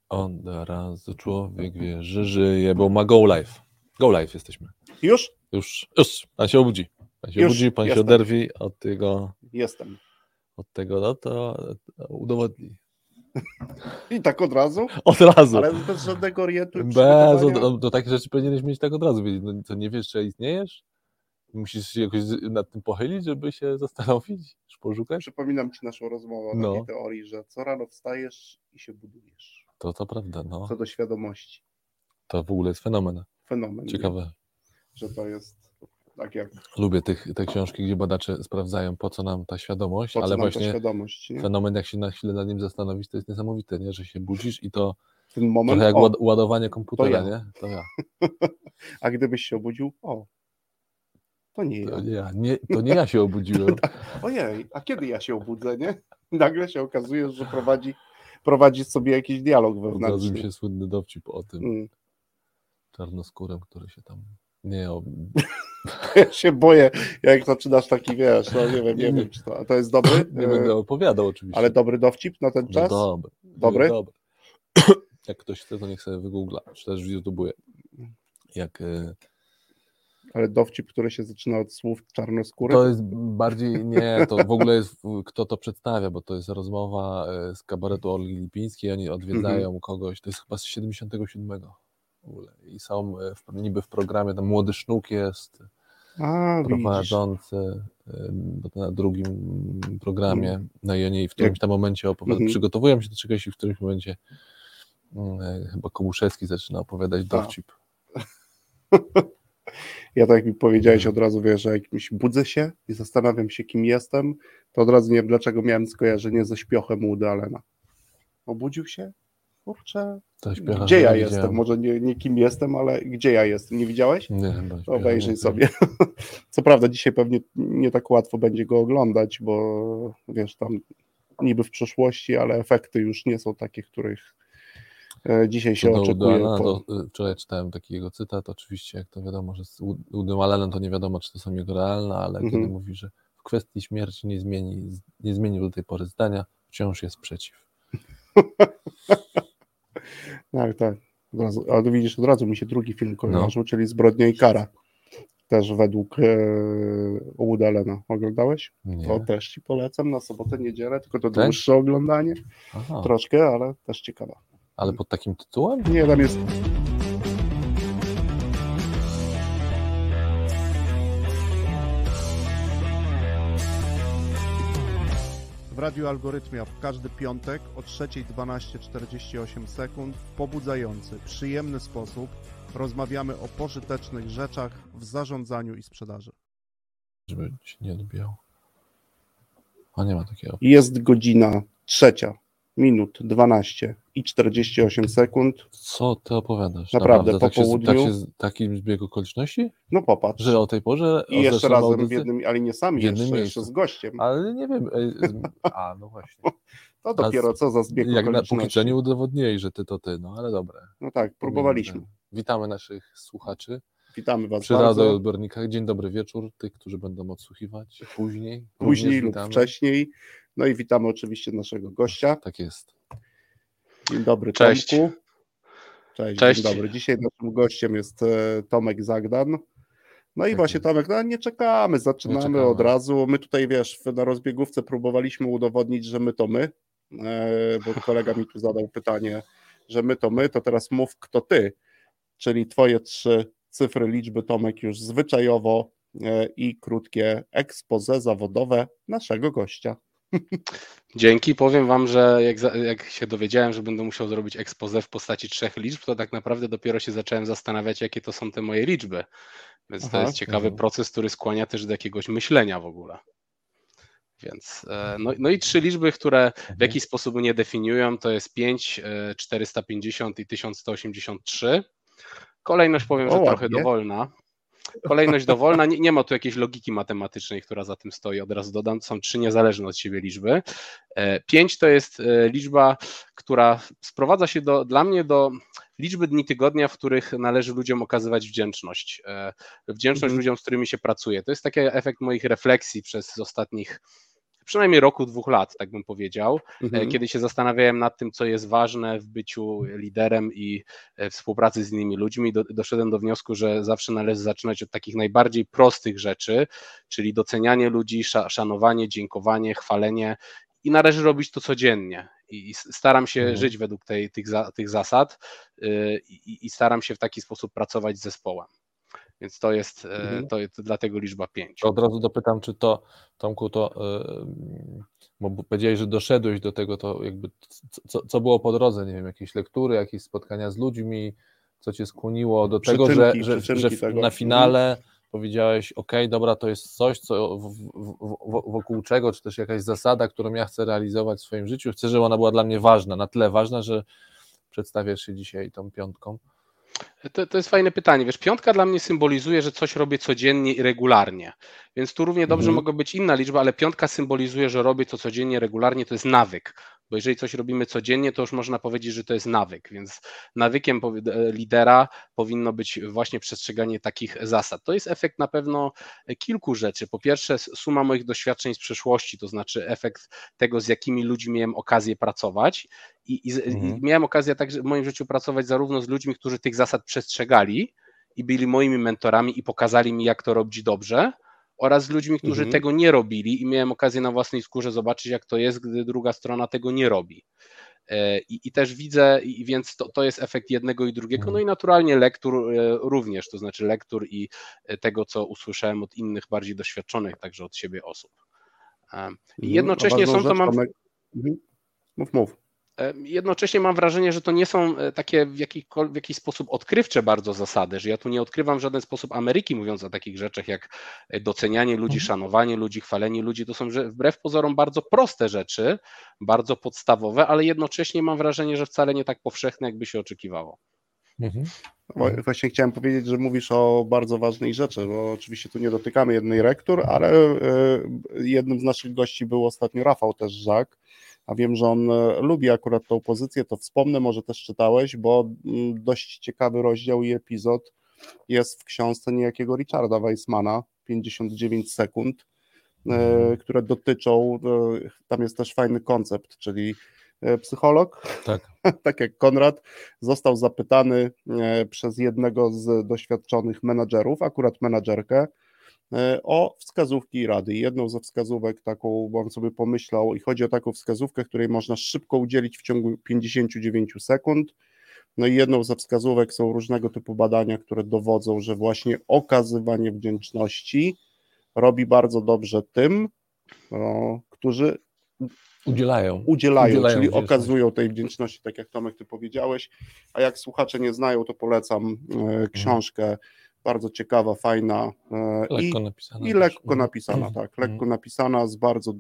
Od razu człowiek wie, że żyje, bo ma go live. Go live jesteśmy. Już? Już. Pan się obudzi. Pan się obudzi, pan się oderwi od tego. Jestem. Od tego, no to udowodni. I tak od razu? Od razu. Ale bez żadnego orientu. To takie rzeczy powinieneś mieć tak od razu wiedzieć. No, to nie wiesz, czy istniejesz? Musisz się jakoś nad tym pochylić, żeby się zastanowić, poszukać? Przypominam ci naszą rozmowę o takiej teorii, że co rano wstajesz i się budujesz. To prawda, no. Co do świadomości. To w ogóle jest fenomen. Ciekawe. Nie? Że to jest tak jak... Lubię te książki, gdzie badacze sprawdzają, po co nam ta świadomość, ale właśnie fenomen, jak się na chwilę nad nim zastanowić, to jest niesamowite, nie? Że się budzisz i to ten moment, trochę jak ładowanie komputera, to nie? To ja. A gdybyś się obudził, to nie ja. To nie ja się obudziłem. Ojej, a kiedy ja się obudzę, nie? Nagle się okazuje, że prowadzi sobie jakiś dialog wewnętrzny. Odrazł mi się słynny dowcip o tym czarnoskórym, który się tam nie... Ja się boję, jak zaczynasz taki, wiesz, no nie wiem, czy to jest dobry. Nie będę opowiadał oczywiście. Ale dobry dowcip na ten czas? Dobry? Jak ktoś chce, to niech sobie wygoogla, czy też YouTube'uje. Ale dowcip, który się zaczyna od słów czarnoskóry? To jest bardziej, nie, to w ogóle jest, kto to przedstawia, bo to jest rozmowa z kabaretu Olgi Lipińskiej, oni odwiedzają kogoś, to jest chyba z 77 w ogóle i są niby w programie, tam Młody Sznuk jest prowadzący na drugim programie, no i oni w którymś tam momencie przygotowują się do czegoś i w którymś momencie chyba Kobuszewski zaczyna opowiadać dowcip. Ja tak jak mi powiedziałeś od razu, wiesz, że jakimś budzę się i zastanawiam się, kim jestem, to od razu nie wiem, dlaczego miałem skojarzenie ze śpiochem Woody Allena. Obudził się? Kurczę, gdzie ja jestem? Może nie kim jestem, ale gdzie ja jestem? Nie widziałeś? Nie, chyba. Obejrzyj sobie. Co prawda dzisiaj pewnie nie tak łatwo będzie go oglądać, bo wiesz, tam niby w przeszłości, ale efekty już nie są takie, których dzisiaj się oczekuje. Wczoraj czytałem taki jego cytat, oczywiście jak to wiadomo, że z Woodym Allenem to nie wiadomo, czy to są jego realne, ale kiedy mówi, że w kwestii śmierci nie zmienił do tej pory zdania, wciąż jest przeciw. Tak. Ale widzisz, od razu mi się drugi film kojarzył, czyli Zbrodnia i kara. Też według Wooda Allena. Oglądałeś? Nie. To też ci polecam na sobotę, niedzielę, tylko to dłuższe oglądanie. Troszkę, ale też ciekawe. Ale pod takim tytułem? Nie, tam jest... W Radiu Algorytmia w każdy piątek o 3:12:48 sekund w pobudzający, przyjemny sposób rozmawiamy o pożytecznych rzeczach w zarządzaniu i sprzedaży. Żeby się nie odbijało. A nie ma takiego. Jest godzina 3:12:48 Co ty opowiadasz? Naprawdę po południu. Taki zbieg okoliczności? No popatrz. Że o tej porze... I jeszcze razem w jednym, ale nie sami, jeszcze z gościem. Ale nie wiem. No właśnie. To dopiero co za zbieg okoliczności. Póki co nie udowodnili, że ty to ty, no ale dobre. No tak, próbowaliśmy. Witamy naszych słuchaczy. Witamy was przy Radio Odbiornikach. Dzień dobry wieczór, tych, którzy będą odsłuchiwać później lub wcześniej. No i witamy oczywiście naszego gościa. Tak jest. Dzień dobry, Cześć. Tomku. Cześć. Dzień dobry. Dzisiaj naszym gościem jest Tomek Zagdan. No i właśnie Tomek, nie czekamy, zaczynamy od razu. My tutaj, wiesz, na rozbiegówce próbowaliśmy udowodnić, że my to my, bo kolega mi tu zadał pytanie, że my, to teraz mów, kto ty, czyli twoje 3 cyfry, liczby, Tomek, już zwyczajowo i krótkie expose zawodowe naszego gościa. Dzięki. Powiem wam, że jak się dowiedziałem, że będę musiał zrobić expose w postaci 3 liczb, to tak naprawdę dopiero się zacząłem zastanawiać, jakie to są te moje liczby. Więc to jest ciekawy proces, który skłania też do jakiegoś myślenia w ogóle. Więc no i 3 liczby, które w jakiś sposób mnie definiują, to jest 5, 450 i 1183. Kolejność powiem, że trochę dowolna. Kolejność dowolna, nie ma tu jakiejś logiki matematycznej, która za tym stoi, od razu dodam, to są 3 niezależne od siebie liczby. 5 to jest liczba, która sprowadza się dla mnie do liczby dni tygodnia, w których należy ludziom okazywać wdzięczność. Wdzięczność ludziom, z którymi się pracuje. To jest taki efekt moich refleksji przez przynajmniej roku, 2 lat, tak bym powiedział, kiedy się zastanawiałem nad tym, co jest ważne w byciu liderem i współpracy z innymi ludźmi. Doszedłem do wniosku, że zawsze należy zaczynać od takich najbardziej prostych rzeczy, czyli docenianie ludzi, szanowanie, dziękowanie, chwalenie i należy robić to codziennie. I staram się żyć według tych zasad i staram się w taki sposób pracować z zespołem. Więc to jest dlatego liczba 5. Od razu dopytam, czy to, Tomku, bo powiedziałeś, że doszedłeś do tego, to jakby co było po drodze, nie wiem, jakieś lektury, jakieś spotkania z ludźmi, co cię skłoniło do tego, że na finale powiedziałeś, dobra, to jest coś, wokół czego, czy też jakaś zasada, którą ja chcę realizować w swoim życiu, chcę, żeby ona była dla mnie ważna, na tyle ważna, że przedstawiasz się dzisiaj tą 5. To jest fajne pytanie. Wiesz, 5 dla mnie symbolizuje, że coś robię codziennie i regularnie, więc tu równie dobrze mogła być inna liczba, ale 5 symbolizuje, że robię to codziennie, regularnie, to jest nawyk, bo jeżeli coś robimy codziennie, to już można powiedzieć, że to jest nawyk, więc nawykiem lidera powinno być właśnie przestrzeganie takich zasad. To jest efekt na pewno kilku rzeczy. Po pierwsze, suma moich doświadczeń z przeszłości, to znaczy efekt tego, z jakimi ludźmi miałem okazję pracować i miałem okazję także w moim życiu pracować zarówno z ludźmi, którzy tych zasad przestrzegali i byli moimi mentorami i pokazali mi, jak to robić dobrze, oraz z ludźmi, którzy tego nie robili i miałem okazję na własnej skórze zobaczyć, jak to jest, gdy druga strona tego nie robi. I też widzę, więc to jest efekt jednego i drugiego, no i naturalnie lektur również, to znaczy lektur i tego, co usłyszałem od innych, bardziej doświadczonych także od siebie osób. I jednocześnie są to Mów. Jednocześnie mam wrażenie, że to nie są takie w jakiś sposób odkrywcze bardzo zasady, że ja tu nie odkrywam w żaden sposób Ameryki, mówiąc o takich rzeczach jak docenianie ludzi, szanowanie ludzi, chwalenie ludzi. To są wbrew pozorom bardzo proste rzeczy, bardzo podstawowe, ale jednocześnie mam wrażenie, że wcale nie tak powszechne, jakby się oczekiwało. Właśnie chciałem powiedzieć, że mówisz o bardzo ważnej rzeczy, bo oczywiście tu nie dotykamy jednej rektur, ale jednym z naszych gości był ostatnio Rafał też Żak, a wiem, że on lubi akurat tą pozycję, to wspomnę, może też czytałeś, bo dość ciekawy rozdział i epizod jest w książce niejakiego Richarda Weissmana, 59 sekund, które dotyczą, tam jest też fajny koncept, czyli psycholog, tak jak Konrad, został zapytany przez jednego z doświadczonych menadżerów, akurat menadżerkę, o wskazówki i rady. Jedną ze wskazówek taką, bo on sobie pomyślał, i chodzi o taką wskazówkę, której można szybko udzielić w ciągu 59 sekund. No i jedną ze wskazówek są różnego typu badania, które dowodzą, że właśnie okazywanie wdzięczności robi bardzo dobrze tym, którzy udzielają, czyli okazują tej wdzięczności, tak jak Tomek, ty powiedziałeś, a jak słuchacze nie znają, to polecam książkę, bardzo ciekawa, fajna i lekko napisana, tak, lekko napisana z bardzo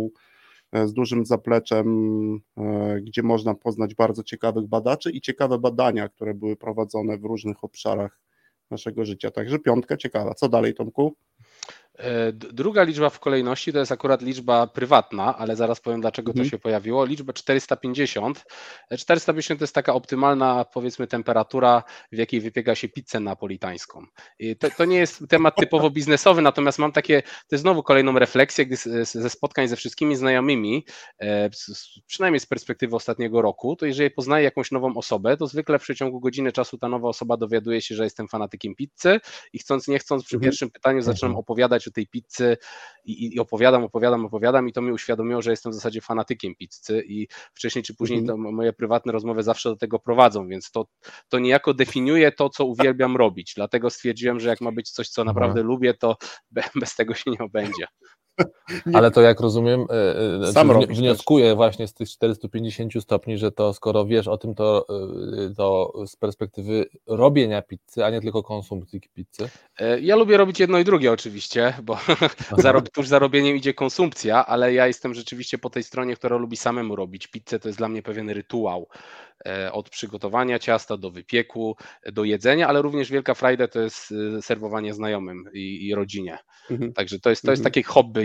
z dużym zapleczem, gdzie można poznać bardzo ciekawych badaczy i ciekawe badania, które były prowadzone w różnych obszarach naszego życia, także 5 ciekawa. Co dalej, Tomku? Druga liczba w kolejności to jest akurat liczba prywatna, ale zaraz powiem, dlaczego to się pojawiło. Liczba 450. 450 to jest taka optymalna, powiedzmy, temperatura, w jakiej wypieka się pizzę napolitańską. To nie jest temat typowo biznesowy, natomiast mam takie, to jest znowu kolejną refleksję, gdy ze spotkań ze wszystkimi znajomymi, przynajmniej z perspektywy ostatniego roku, to jeżeli poznaję jakąś nową osobę, to zwykle w przeciągu godziny czasu ta nowa osoba dowiaduje się, że jestem fanatykiem pizzy i chcąc nie chcąc przy pierwszym pytaniu zaczynam opowiadać o tej pizzy i opowiadam i to mi uświadomiło, że jestem w zasadzie fanatykiem pizzy i wcześniej czy później to moje prywatne rozmowy zawsze do tego prowadzą, więc to niejako definiuje to, co uwielbiam robić, dlatego stwierdziłem, że jak ma być coś, co naprawdę lubię, to bez tego się nie obędzie. Ale to jak rozumiem, wnioskuję właśnie z tych 450 stopni, że to skoro wiesz o tym, to z perspektywy robienia pizzy, a nie tylko konsumpcji pizzy. Ja lubię robić jedno i drugie oczywiście, bo tuż za robieniem idzie konsumpcja, ale ja jestem rzeczywiście po tej stronie, która lubi samemu robić pizzę, to jest dla mnie pewien rytuał. Od przygotowania ciasta do wypieku, do jedzenia, ale również wielka frajda to jest serwowanie znajomym i rodzinie. Także to jest takie hobby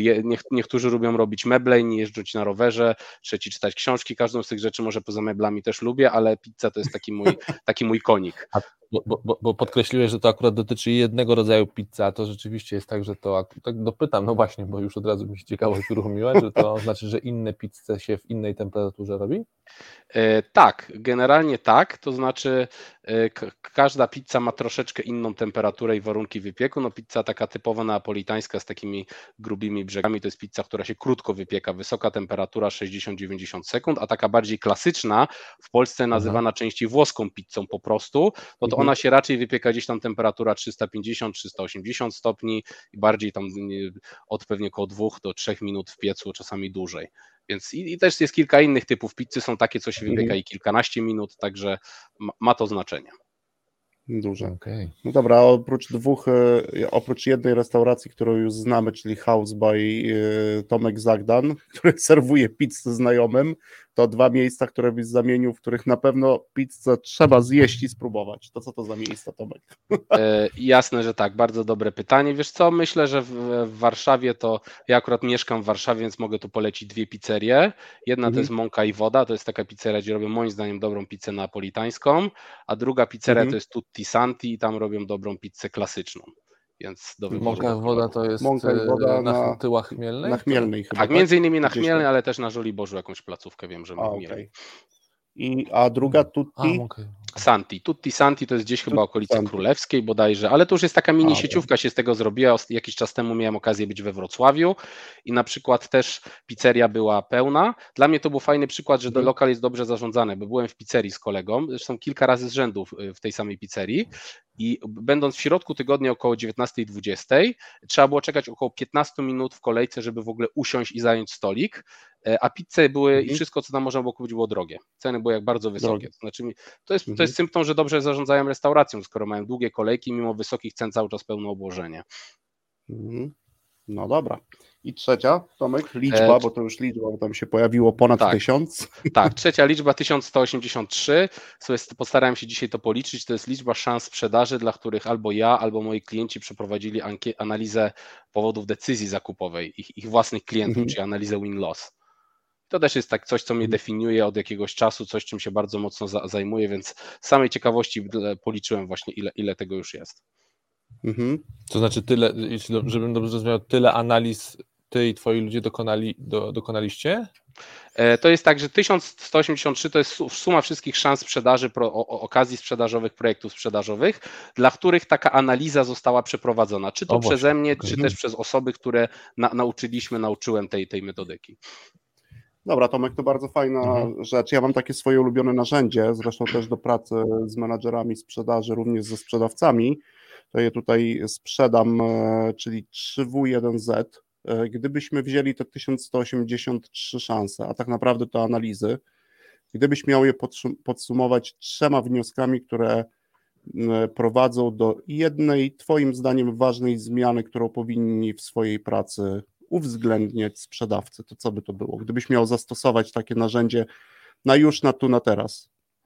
niektórzy lubią robić meble, inni jeżdżać na rowerze, trzeci czytać książki, każdą z tych rzeczy może poza meblami też lubię, ale pizza to jest taki mój konik. Bo podkreśliłeś, że to akurat dotyczy jednego rodzaju pizza, a to rzeczywiście jest tak, że to, tak dopytam, no właśnie, bo już od razu mi się ciekawość uruchomiła, że to znaczy, że inne pizze się w innej temperaturze robi? Tak, generalnie tak, to znaczy każda pizza ma troszeczkę inną temperaturę i warunki wypieku. No pizza taka typowa neapolitańska z takimi grubimi brzegami to jest pizza, która się krótko wypieka, wysoka temperatura 60-90 sekund, a taka bardziej klasyczna, w Polsce nazywana częściej włoską pizzą po prostu, no to ona się raczej wypieka gdzieś tam temperatura 350-380 stopni i bardziej tam od pewnie około 2 do 3 minut w piecu, czasami dłużej. Więc i też jest kilka innych typów pizzy, są takie, co się wypieka i kilkanaście minut, także ma to znaczenie. Duże. Okay. No dobra, oprócz jednej restauracji, którą już znamy, czyli House by Tomek Zagdan, który serwuje pizzę znajomym, to 2 miejsca, które byś zamienił, w których na pewno pizzę trzeba zjeść i spróbować. To co to za miejsca, Tomek? Jasne, że tak, bardzo dobre pytanie. Wiesz co, myślę, że w Warszawie to, ja akurat mieszkam w Warszawie, więc mogę tu polecić 2 pizzerie. Jedna to jest Mąka i Woda, to jest taka pizzeria, gdzie robią moim zdaniem dobrą pizzę neapolitańską, a druga pizzeria to jest Tutti Santi i tam robią dobrą pizzę klasyczną. Więc do wyboru. Mąka i Woda to jest Mąka i Woda na Tyłach Chmielnej? Na Chmielnej chyba, tak, między innymi na Chmielnej, ale też na Żoliborzu jakąś placówkę wiem, że mieli. Okay. A druga Tutti? Santi. Tutti Santi to jest gdzieś chyba okolice Królewskiej bodajże, ale to już jest taka mini sieciówka się z tego zrobiła. Jakiś czas temu miałem okazję być we Wrocławiu i na przykład też pizzeria była pełna. Dla mnie to był fajny przykład, że lokal jest dobrze zarządzany, bo byłem w pizzerii z kolegą, zresztą kilka razy z rzędu w tej samej pizzerii i będąc w środku tygodnia około 19:20 trzeba było czekać około 15 minut w kolejce, żeby w ogóle usiąść i zająć stolik, a pizze były i wszystko, co tam można było kupić, było drogie. Ceny były jak bardzo wysokie. To znaczy, to jest symptom, że dobrze zarządzają restauracją, skoro mają długie kolejki, mimo wysokich cen cały czas pełne obłożenie. No dobra. I trzecia, Tomek, liczba, bo to już liczba, bo tam się pojawiło ponad 1000. Tak, trzecia liczba 1183. Postarałem się dzisiaj to policzyć. To jest liczba szans sprzedaży, dla których albo ja, albo moi klienci przeprowadzili analizę powodów decyzji zakupowej ich własnych klientów, czyli analizę win-loss. To też jest tak coś, co mnie definiuje od jakiegoś czasu, coś, czym się bardzo mocno zajmuję, więc z samej ciekawości policzyłem właśnie, ile tego już jest. To znaczy tyle, żebym dobrze zrozumiał, tyle analiz ty i twoi ludzie dokonaliście? To jest tak, że 1183 to jest suma wszystkich szans sprzedaży, okazji sprzedażowych, projektów sprzedażowych, dla których taka analiza została przeprowadzona, czy to przeze mnie, czy też przez osoby, które nauczyłem tej metodyki. Dobra, Tomek, to bardzo fajna rzecz. Ja mam takie swoje ulubione narzędzie, zresztą też do pracy z menadżerami sprzedaży, również ze sprzedawcami. To je tutaj sprzedam, czyli 3W1Z. Gdybyśmy wzięli te 1183 szanse, a tak naprawdę to analizy, gdybyś miał je podsumować 3 wnioskami, które prowadzą do jednej, twoim zdaniem, ważnej zmiany, którą powinni w swojej pracy uwzględniać sprzedawcy, to co by to było? Gdybyś miał zastosować takie narzędzie na tu, na teraz.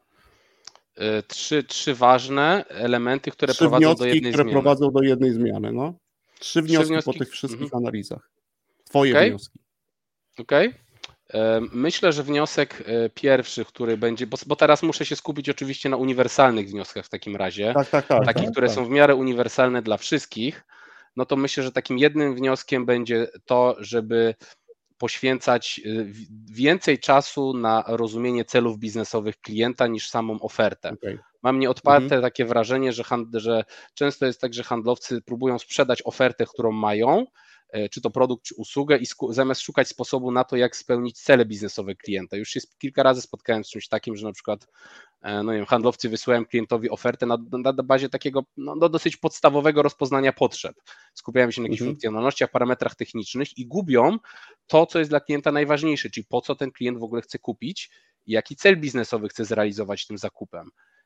Trzy ważne elementy, które prowadzą do jednej zmiany. Prowadzą do jednej zmiany, no. 3 wnioski po tych wszystkich analizach. Twoje wnioski. Okej. Myślę, że wniosek pierwszy, który będzie, bo teraz muszę się skupić oczywiście na uniwersalnych wnioskach w takim razie, takich, które są w miarę uniwersalne dla wszystkich, no to myślę, że takim jednym wnioskiem będzie to, żeby poświęcać więcej czasu na rozumienie celów biznesowych klienta niż samą ofertę. Mam nieodparte takie wrażenie, że często jest tak, że handlowcy próbują sprzedać ofertę, którą mają, czy to produkt, czy usługę i zamiast szukać sposobu na to, jak spełnić cele biznesowe klienta. Już się kilka razy spotkałem z czymś takim, że na przykład handlowcy wysyłają klientowi ofertę na bazie takiego dosyć podstawowego rozpoznania potrzeb. Skupiają się na jakichś funkcjonalnościach, parametrach technicznych i gubią to, co jest dla klienta najważniejsze, czyli po co ten klient w ogóle chce kupić i jaki cel biznesowy chce zrealizować tym zakupem.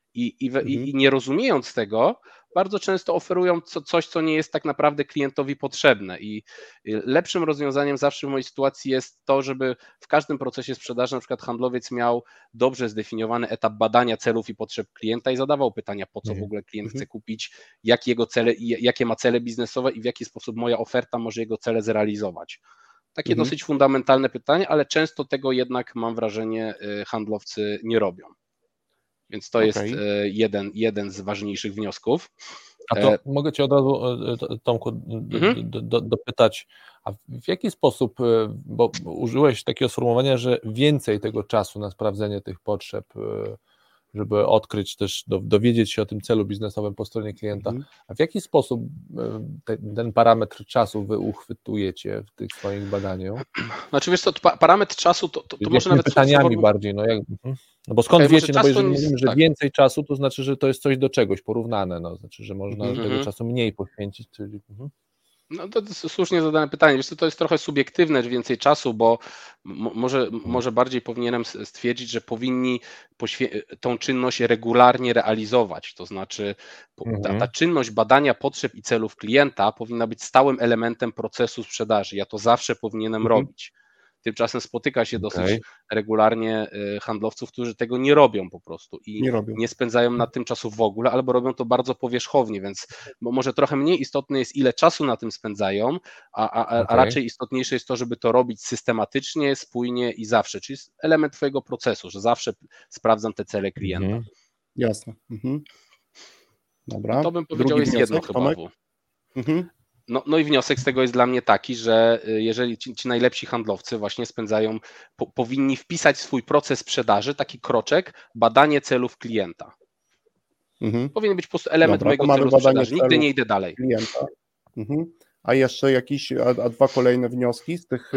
I nie rozumiejąc tego, bardzo często oferują coś, co nie jest tak naprawdę klientowi potrzebne. I lepszym rozwiązaniem zawsze w mojej sytuacji jest to, żeby w każdym procesie sprzedaży na przykład handlowiec miał dobrze zdefiniowany etap badania celów i potrzeb klienta i zadawał pytania, po co w ogóle klient chce kupić, jakie ma cele biznesowe i w jaki sposób moja oferta może jego cele zrealizować. Takie dosyć fundamentalne pytanie, ale często tego jednak, mam wrażenie, handlowcy nie robią. Więc to jest jeden z ważniejszych wniosków. A to mogę Cię od razu, Tomku, dopytać, a w jaki sposób, bo użyłeś takiego sformułowania, że więcej tego czasu na sprawdzenie tych potrzeb, żeby odkryć też, dowiedzieć się o tym celu biznesowym po stronie klienta, a w jaki sposób ten parametr czasu wy uchwytujecie w tych swoich badaniach? Znaczy wiesz co, parametr czasu to może nawet... pytaniami bardziej, no bo skąd wiecie, no bo jeżeli mówimy, że więcej czasu, to znaczy, że to jest coś do czegoś porównane, no znaczy, że można tego czasu mniej poświęcić, czyli... No to słusznie zadane pytanie. Wiesz co, to jest trochę subiektywne, że więcej czasu, bo może bardziej powinienem stwierdzić, że powinni tą czynność regularnie realizować. To znaczy ta czynność badania potrzeb i celów klienta powinna być stałym elementem procesu sprzedaży. Ja to zawsze powinienem robić. Tymczasem spotyka się dosyć regularnie handlowców, którzy tego nie robią po prostu i nie spędzają nad tym czasu w ogóle, albo robią to bardzo powierzchownie, więc może trochę mniej istotne jest, ile czasu na tym spędzają, a raczej istotniejsze jest to, żeby to robić systematycznie, spójnie i zawsze, czyli jest element twojego procesu, że zawsze sprawdzam te cele klienta. Jasne. Dobra. I to bym powiedział jest jedno chyba. No i wniosek z tego jest dla mnie taki, że jeżeli ci najlepsi handlowcy właśnie powinni wpisać w swój proces sprzedaży taki kroczek, badanie celów klienta. Powinien być po prostu element mojego celu sprzedaży. Nigdy nie idę dalej. Klienta. A jeszcze a dwa kolejne wnioski z tych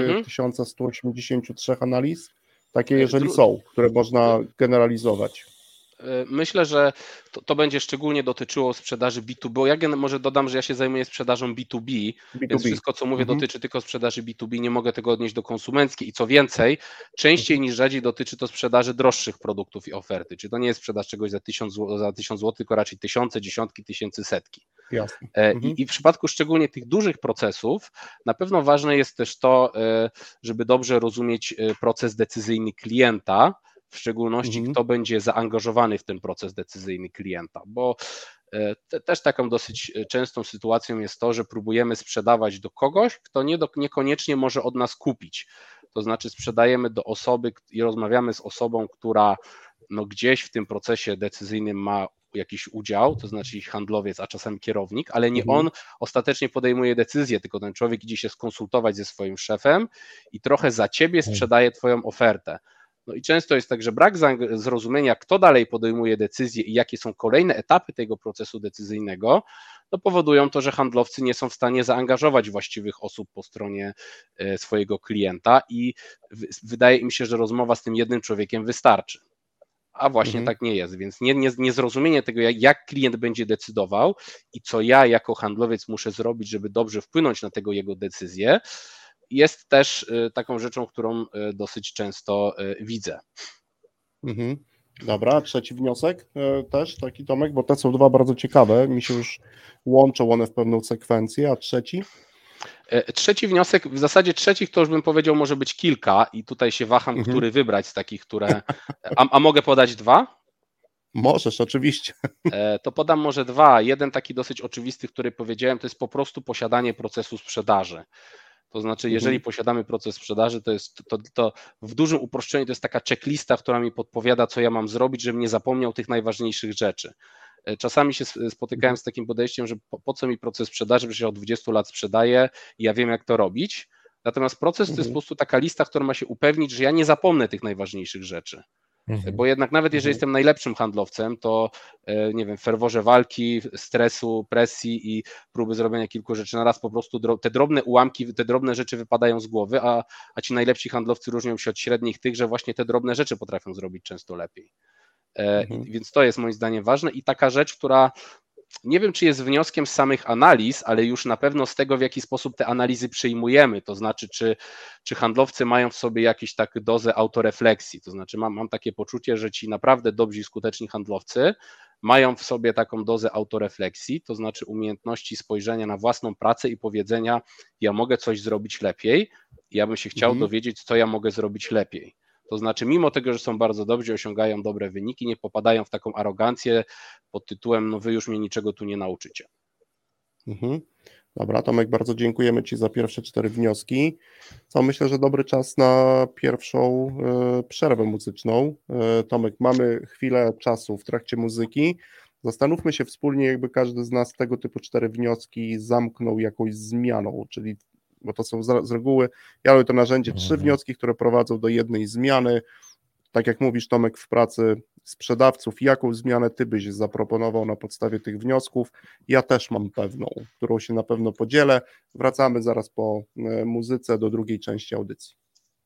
1183 analiz? Takie, jeżeli są, które można generalizować. Myślę, że to będzie szczególnie dotyczyło sprzedaży B2B, bo ja może dodam, że ja się zajmuję sprzedażą B2B, więc wszystko, co mówię, dotyczy tylko sprzedaży B2B, nie mogę tego odnieść do konsumenckiej i co więcej, częściej niż rzadziej dotyczy to sprzedaży droższych produktów i oferty, czyli to nie jest sprzedaż czegoś za 1000 zł, tylko raczej tysiące, dziesiątki tysięcy, setki. Jasne. I w przypadku szczególnie tych dużych procesów na pewno ważne jest też to, żeby dobrze rozumieć proces decyzyjny klienta, w szczególności kto będzie zaangażowany w ten proces decyzyjny klienta, bo też taką dosyć częstą sytuacją jest to, że próbujemy sprzedawać do kogoś, kto niekoniecznie może od nas kupić. To znaczy sprzedajemy do osoby i rozmawiamy z osobą, która gdzieś w tym procesie decyzyjnym ma jakiś udział, to znaczy handlowiec, a czasami kierownik, ale nie on ostatecznie podejmuje decyzję, tylko ten człowiek idzie się skonsultować ze swoim szefem i trochę za ciebie sprzedaje twoją ofertę. No i często jest tak, że brak zrozumienia, kto dalej podejmuje decyzje i jakie są kolejne etapy tego procesu decyzyjnego, powodują to, że handlowcy nie są w stanie zaangażować właściwych osób po stronie swojego klienta i wydaje im się, że rozmowa z tym jednym człowiekiem wystarczy. A właśnie tak nie jest, więc niezrozumienie tego, jak klient będzie decydował i co ja jako handlowiec muszę zrobić, żeby dobrze wpłynąć na tego jego decyzję, jest też taką rzeczą, którą dosyć często widzę. Dobra, trzeci wniosek też taki, Tomek, bo te są dwa bardzo ciekawe, mi się już łączą one w pewną sekwencję, a trzeci? Trzeci wniosek, w zasadzie trzecich to już bym powiedział może być kilka i tutaj się waham, który wybrać z takich, które... A mogę podać dwa? Możesz, oczywiście. To podam może dwa. Jeden taki dosyć oczywisty, który powiedziałem, to jest po prostu posiadanie procesu sprzedaży. To znaczy, jeżeli posiadamy proces sprzedaży, to w dużym uproszczeniu to jest taka checklista, która mi podpowiada, co ja mam zrobić, żebym nie zapomniał tych najważniejszych rzeczy. Czasami się spotykałem z takim podejściem, że po co mi proces sprzedaży, przecież ja od 20 lat sprzedaję i ja wiem, jak to robić. Natomiast proces to jest po prostu taka lista, która ma się upewnić, że ja nie zapomnę tych najważniejszych rzeczy. Bo jednak nawet jeżeli jestem najlepszym handlowcem, to nie wiem, w ferworze walki, stresu, presji i próby zrobienia kilku rzeczy na raz po prostu te drobne ułamki, te drobne rzeczy wypadają z głowy, a ci najlepsi handlowcy różnią się od średnich tych, że właśnie te drobne rzeczy potrafią zrobić często lepiej. Więc to jest moim zdaniem ważne i taka rzecz, która nie wiem, czy jest wnioskiem z samych analiz, ale już na pewno z tego, w jaki sposób te analizy przyjmujemy, to znaczy, czy handlowcy mają w sobie jakąś taką dozę autorefleksji, to znaczy mam takie poczucie, że ci naprawdę dobrzy i skuteczni handlowcy mają w sobie taką dozę autorefleksji, to znaczy umiejętności spojrzenia na własną pracę i powiedzenia, ja mogę coś zrobić lepiej, ja bym się chciał dowiedzieć, co ja mogę zrobić lepiej. To znaczy, mimo tego, że są bardzo dobrzy, osiągają dobre wyniki, nie popadają w taką arogancję pod tytułem, no wy już mnie niczego tu nie nauczycie. Dobra, Tomek, bardzo dziękujemy Ci za pierwsze 4 wnioski. Myślę, że dobry czas na pierwszą przerwę muzyczną. Tomek, mamy chwilę czasu w trakcie muzyki. Zastanówmy się wspólnie, jakby każdy z nas tego typu 4 wnioski zamknął jakąś zmianą, czyli, bo to są z reguły, ja robię to narzędzie 3 wnioski, które prowadzą do jednej zmiany. Tak jak mówisz, Tomek, w pracy sprzedawców, jaką zmianę Ty byś zaproponował na podstawie tych wniosków? Ja też mam pewną, którą się na pewno podzielę. Wracamy zaraz po muzyce do drugiej części audycji.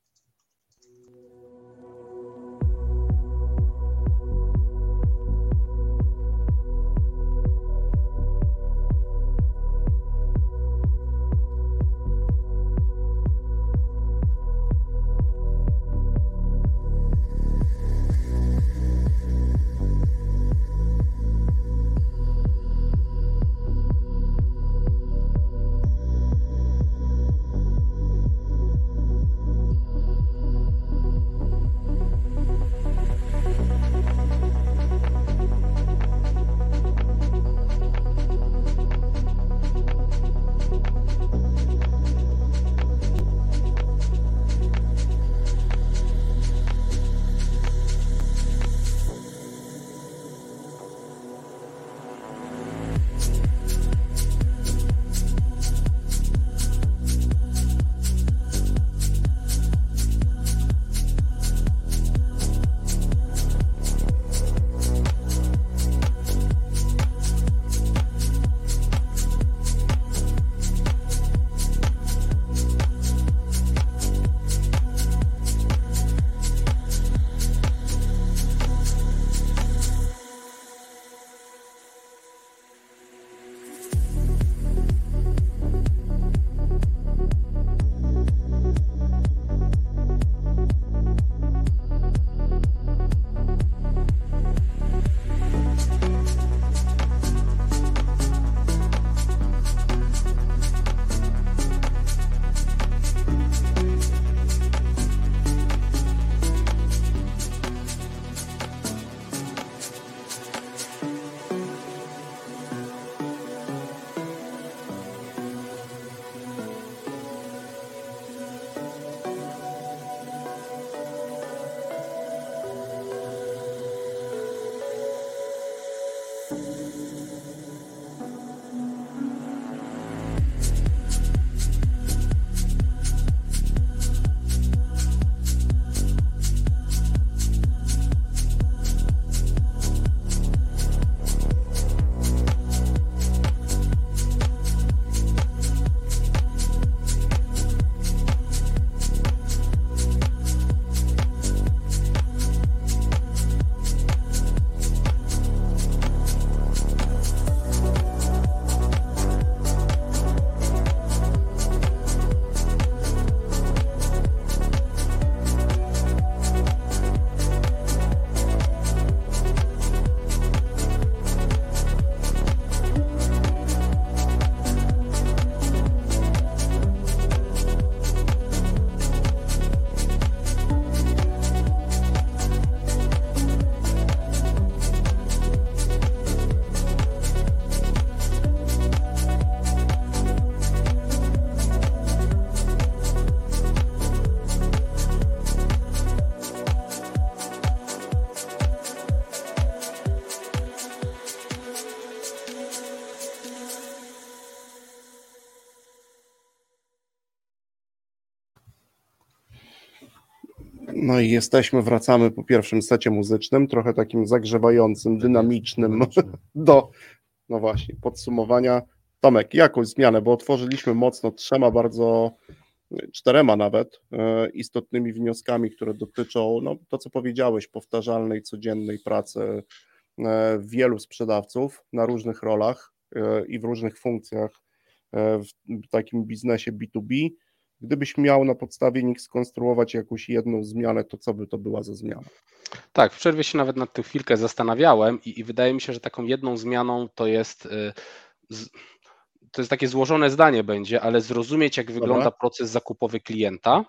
No i wracamy po pierwszym secie muzycznym, trochę takim zagrzewającym, dynamicznym do, no właśnie, podsumowania. Tomek, jakąś zmianę, bo otworzyliśmy mocno 4 nawet istotnymi wnioskami, które dotyczą, no to co powiedziałeś, powtarzalnej, codziennej pracy wielu sprzedawców na różnych rolach i w różnych funkcjach w takim biznesie B2B. Gdybyś miał na podstawie nich skonstruować jakąś jedną zmianę, to co by to była za zmiana? Tak, w przerwie się nawet nad tym chwilkę zastanawiałem i wydaje mi się, że taką jedną zmianą to jest takie złożone zdanie będzie, ale zrozumieć, jak wygląda proces zakupowy klienta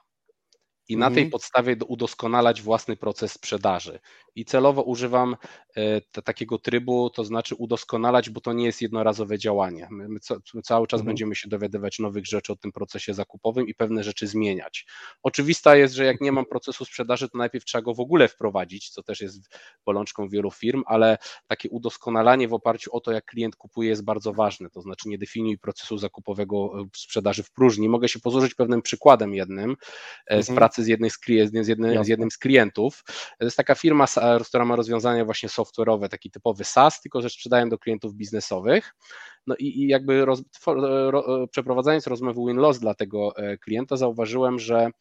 i na tej podstawie udoskonalać własny proces sprzedaży. I celowo używam takiego trybu, to znaczy udoskonalać, bo to nie jest jednorazowe działanie. My cały czas będziemy się dowiadywać nowych rzeczy o tym procesie zakupowym i pewne rzeczy zmieniać. Oczywista jest, że jak nie mam procesu sprzedaży, to najpierw trzeba go w ogóle wprowadzić, co też jest bolączką wielu firm, ale takie udoskonalanie w oparciu o to, jak klient kupuje, jest bardzo ważne. To znaczy nie definiuj procesu zakupowego sprzedaży w próżni. Mogę się posłużyć pewnym przykładem jednym z pracy z jednym z klientów. To jest taka firma, która ma rozwiązania właśnie software'owe, taki typowy SaaS, tylko że sprzedają do klientów biznesowych. No i jakby przeprowadzając rozmowę win-loss dla tego klienta, zauważyłem, że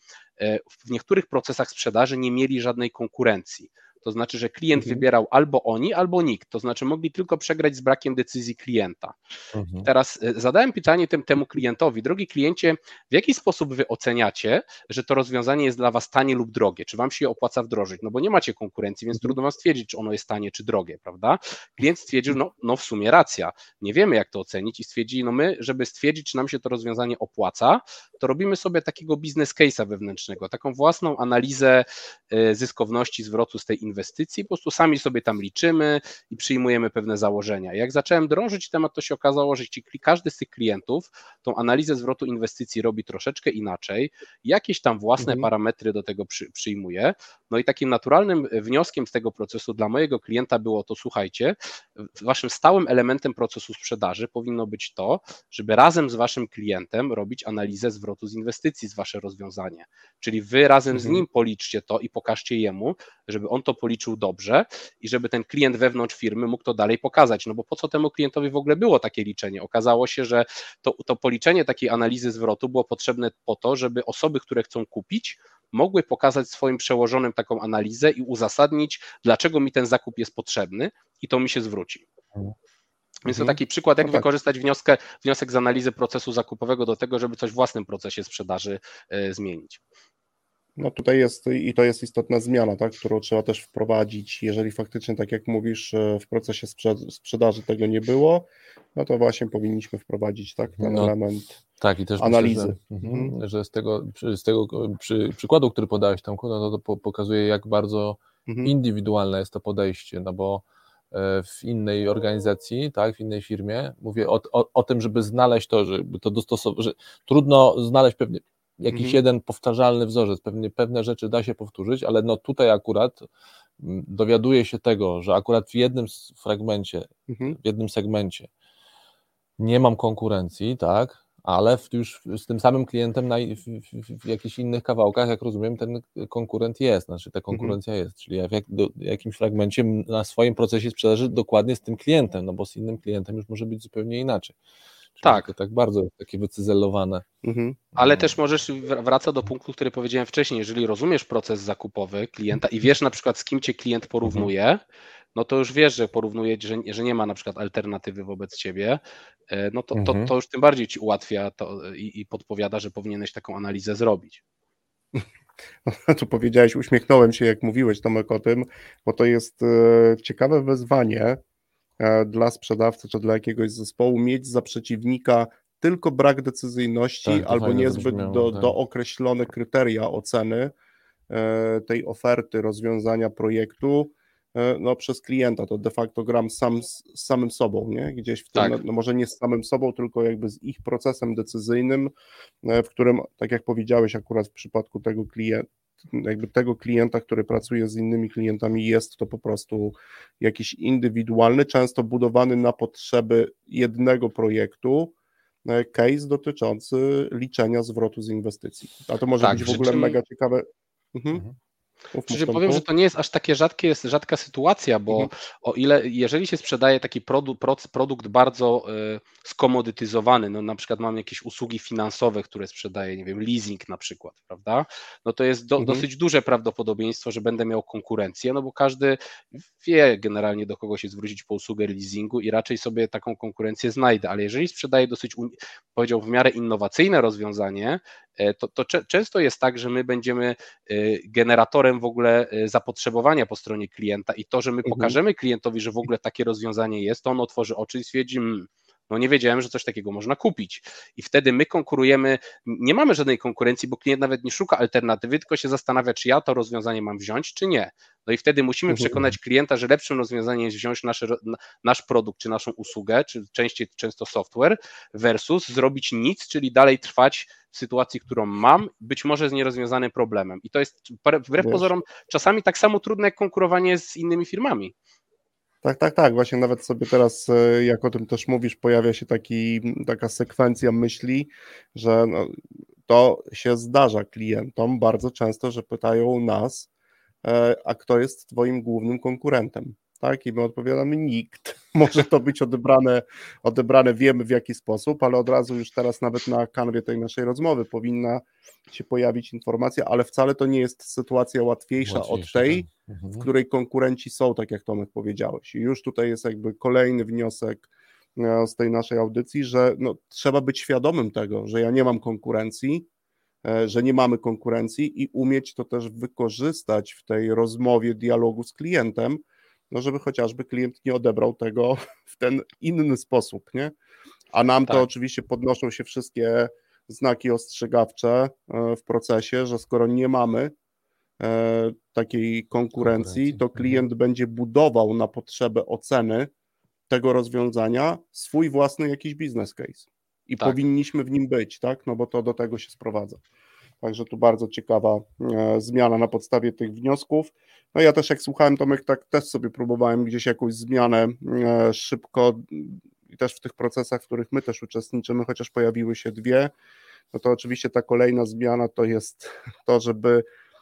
w niektórych procesach sprzedaży nie mieli żadnej konkurencji. To znaczy, że klient wybierał albo oni, albo nikt. To znaczy mogli tylko przegrać z brakiem decyzji klienta. Teraz zadałem pytanie temu klientowi, drogi kliencie, w jaki sposób wy oceniacie, że to rozwiązanie jest dla was tanie lub drogie? Czy wam się je opłaca wdrożyć? No bo nie macie konkurencji, więc trudno wam stwierdzić, czy ono jest tanie, czy drogie, prawda? Klient stwierdził, no w sumie racja, nie wiemy jak to ocenić i stwierdzili, no my, żeby stwierdzić, czy nam się to rozwiązanie opłaca, to robimy sobie takiego business case'a wewnętrznego, taką własną analizę zyskowności zwrotu z tej inwestycji, po prostu sami sobie tam liczymy i przyjmujemy pewne założenia. Jak zacząłem drążyć temat, to się okazało, że każdy z tych klientów tą analizę zwrotu inwestycji robi troszeczkę inaczej, jakieś tam własne parametry do tego przyjmuje. No i takim naturalnym wnioskiem z tego procesu dla mojego klienta było to, słuchajcie, waszym stałym elementem procesu sprzedaży powinno być to, żeby razem z waszym klientem robić analizę zwrotu z inwestycji z wasze rozwiązanie. Czyli wy razem z nim policzcie to i pokażcie jemu, żeby on to policzył dobrze i żeby ten klient wewnątrz firmy mógł to dalej pokazać, no bo po co temu klientowi w ogóle było takie liczenie? Okazało się, że to policzenie takiej analizy zwrotu było potrzebne po to, żeby osoby, które chcą kupić, mogły pokazać swoim przełożonym taką analizę i uzasadnić, dlaczego mi ten zakup jest potrzebny i to mi się zwróci. Więc to taki przykład, jak wykorzystać wniosek z analizy procesu zakupowego do tego, żeby coś w własnym procesie sprzedaży zmienić. No tutaj to jest istotna zmiana, tak, którą trzeba też wprowadzić, jeżeli faktycznie, tak jak mówisz, w procesie sprzedaży tego nie było, no to właśnie powinniśmy wprowadzić ten element tak, i też analizy. Myślę, że z tego przykładu, który podałeś, Tomku, no to pokazuje, jak bardzo indywidualne jest to podejście, no bo w innej organizacji, tak, w innej firmie, mówię o tym, żeby znaleźć to, żeby to dostosować, że trudno znaleźć pewnie jakiś jeden powtarzalny wzorzec, pewne rzeczy da się powtórzyć, ale no tutaj akurat dowiaduję się tego, że akurat w jednym fragmencie, w jednym segmencie nie mam konkurencji, tak, ale już z tym samym klientem w jakichś innych kawałkach, jak rozumiem, ten konkurent jest, znaczy ta konkurencja jest, czyli ja w jakimś fragmencie na swoim procesie sprzedaży dokładnie z tym klientem, no bo z innym klientem już może być zupełnie inaczej. Tak. To tak bardzo takie wycyzelowane. Ale też możesz wracać do punktu, który powiedziałem wcześniej, jeżeli rozumiesz proces zakupowy klienta i wiesz na przykład, z kim cię klient porównuje, no to już wiesz, że porównuje, że nie ma na przykład alternatywy wobec ciebie, no to już tym bardziej ci ułatwia to i podpowiada, że powinieneś taką analizę zrobić. Tu powiedziałeś, uśmiechnąłem się, jak mówiłeś, Tomek, o tym, bo to jest ciekawe wyzwanie dla sprzedawcy czy dla jakiegoś zespołu mieć za przeciwnika tylko brak decyzyjności albo niezbyt dookreślone kryteria oceny tej oferty, rozwiązania projektu przez klienta. To de facto gram z samym sobą, nie? Gdzieś w tym, no może nie z samym sobą, tylko jakby z ich procesem decyzyjnym, w którym, tak jak powiedziałeś, akurat w przypadku tego klienta, który pracuje z innymi klientami, jest to po prostu jakiś indywidualny, często budowany na potrzeby jednego projektu case dotyczący liczenia zwrotu z inwestycji. A to może być w ogóle mega ciekawe. Powiem, że to nie jest aż takie rzadka sytuacja, bo o ile, jeżeli się sprzedaje taki produkt bardzo skomodytyzowany, no na przykład mam jakieś usługi finansowe, które sprzedaję, nie wiem, leasing na przykład, prawda, no to jest dosyć duże prawdopodobieństwo, że będę miał konkurencję, no bo każdy wie generalnie, do kogo się zwrócić po usługę leasingu i raczej sobie taką konkurencję znajdę, ale jeżeli sprzedaję dosyć, powiedział, w miarę innowacyjne rozwiązanie, to często jest tak, że my będziemy generatorem w ogóle zapotrzebowania po stronie klienta i to, że my pokażemy klientowi, że w ogóle takie rozwiązanie jest, to on otworzy oczy i stwierdzi, no nie wiedziałem, że coś takiego można kupić. I wtedy my konkurujemy, nie mamy żadnej konkurencji, bo klient nawet nie szuka alternatywy, tylko się zastanawia, czy ja to rozwiązanie mam wziąć, czy nie. No i wtedy musimy przekonać klienta, że lepszym rozwiązaniem jest wziąć nasz produkt, czy naszą usługę, czy często software, versus zrobić nic, czyli dalej trwać w sytuacji, którą mam, być może z nierozwiązanym problemem. I to jest wbrew pozorom czasami tak samo trudne, jak konkurowanie z innymi firmami. Tak. Właśnie nawet sobie teraz, jak o tym też mówisz, pojawia się taka sekwencja myśli, że to się zdarza klientom bardzo często, że pytają nas, a kto jest twoim głównym konkurentem? Tak? I my odpowiadamy nikt. Może to być odebrane, wiemy w jaki sposób, ale od razu już teraz nawet na kanwie tej naszej rozmowy powinna się pojawić informacja, ale wcale to nie jest sytuacja łatwiejsza od tej, w której konkurenci są, tak jak Tomek powiedziałeś. I już tutaj jest jakby kolejny wniosek z tej naszej audycji, że trzeba być świadomym tego, że ja nie mam konkurencji, że nie mamy konkurencji i umieć to też wykorzystać w tej rozmowie, dialogu z klientem, żeby chociażby klient nie odebrał tego w ten inny sposób, nie? A nam to oczywiście podnoszą się wszystkie znaki ostrzegawcze w procesie, że skoro nie mamy takiej konkurencji, to klient będzie budował na potrzebę oceny tego rozwiązania swój własny jakiś business case i powinniśmy w nim być, tak? No bo to do tego się sprowadza. Także tu bardzo ciekawa zmiana na podstawie tych wniosków. No ja też jak słuchałem, Tomek, tak też sobie próbowałem gdzieś jakąś zmianę szybko i też w tych procesach, w których my też uczestniczymy, chociaż pojawiły się dwie, no to oczywiście ta kolejna zmiana to jest to, żeby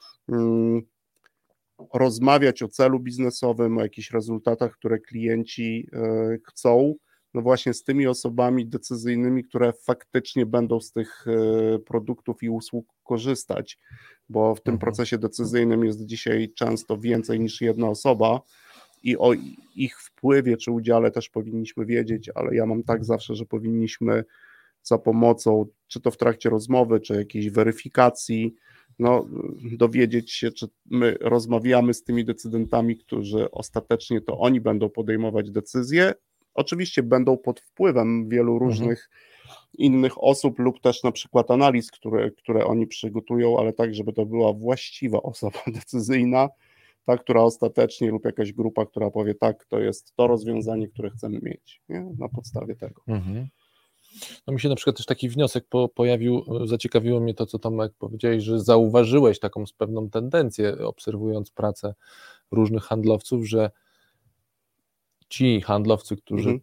rozmawiać o celu biznesowym, o jakichś rezultatach, które klienci chcą, no właśnie z tymi osobami decyzyjnymi, które faktycznie będą z tych produktów i usług korzystać, bo w tym procesie decyzyjnym jest dzisiaj często więcej niż jedna osoba i o ich wpływie czy udziale też powinniśmy wiedzieć, ale ja mam tak zawsze, że powinniśmy za pomocą, czy to w trakcie rozmowy, czy jakiejś weryfikacji, dowiedzieć się, czy my rozmawiamy z tymi decydentami, którzy ostatecznie to oni będą podejmować decyzje. Oczywiście będą pod wpływem wielu różnych innych osób lub też na przykład analiz, które oni przygotują, ale tak, żeby to była właściwa osoba decyzyjna, ta, która ostatecznie lub jakaś grupa, która powie tak, to jest to rozwiązanie, które chcemy mieć, nie? Na podstawie tego. No mi się na przykład też taki wniosek pojawił, zaciekawiło mnie to, co tam jak powiedziałeś, że zauważyłeś taką pewną tendencję, obserwując pracę różnych handlowców, że ci handlowcy, którzy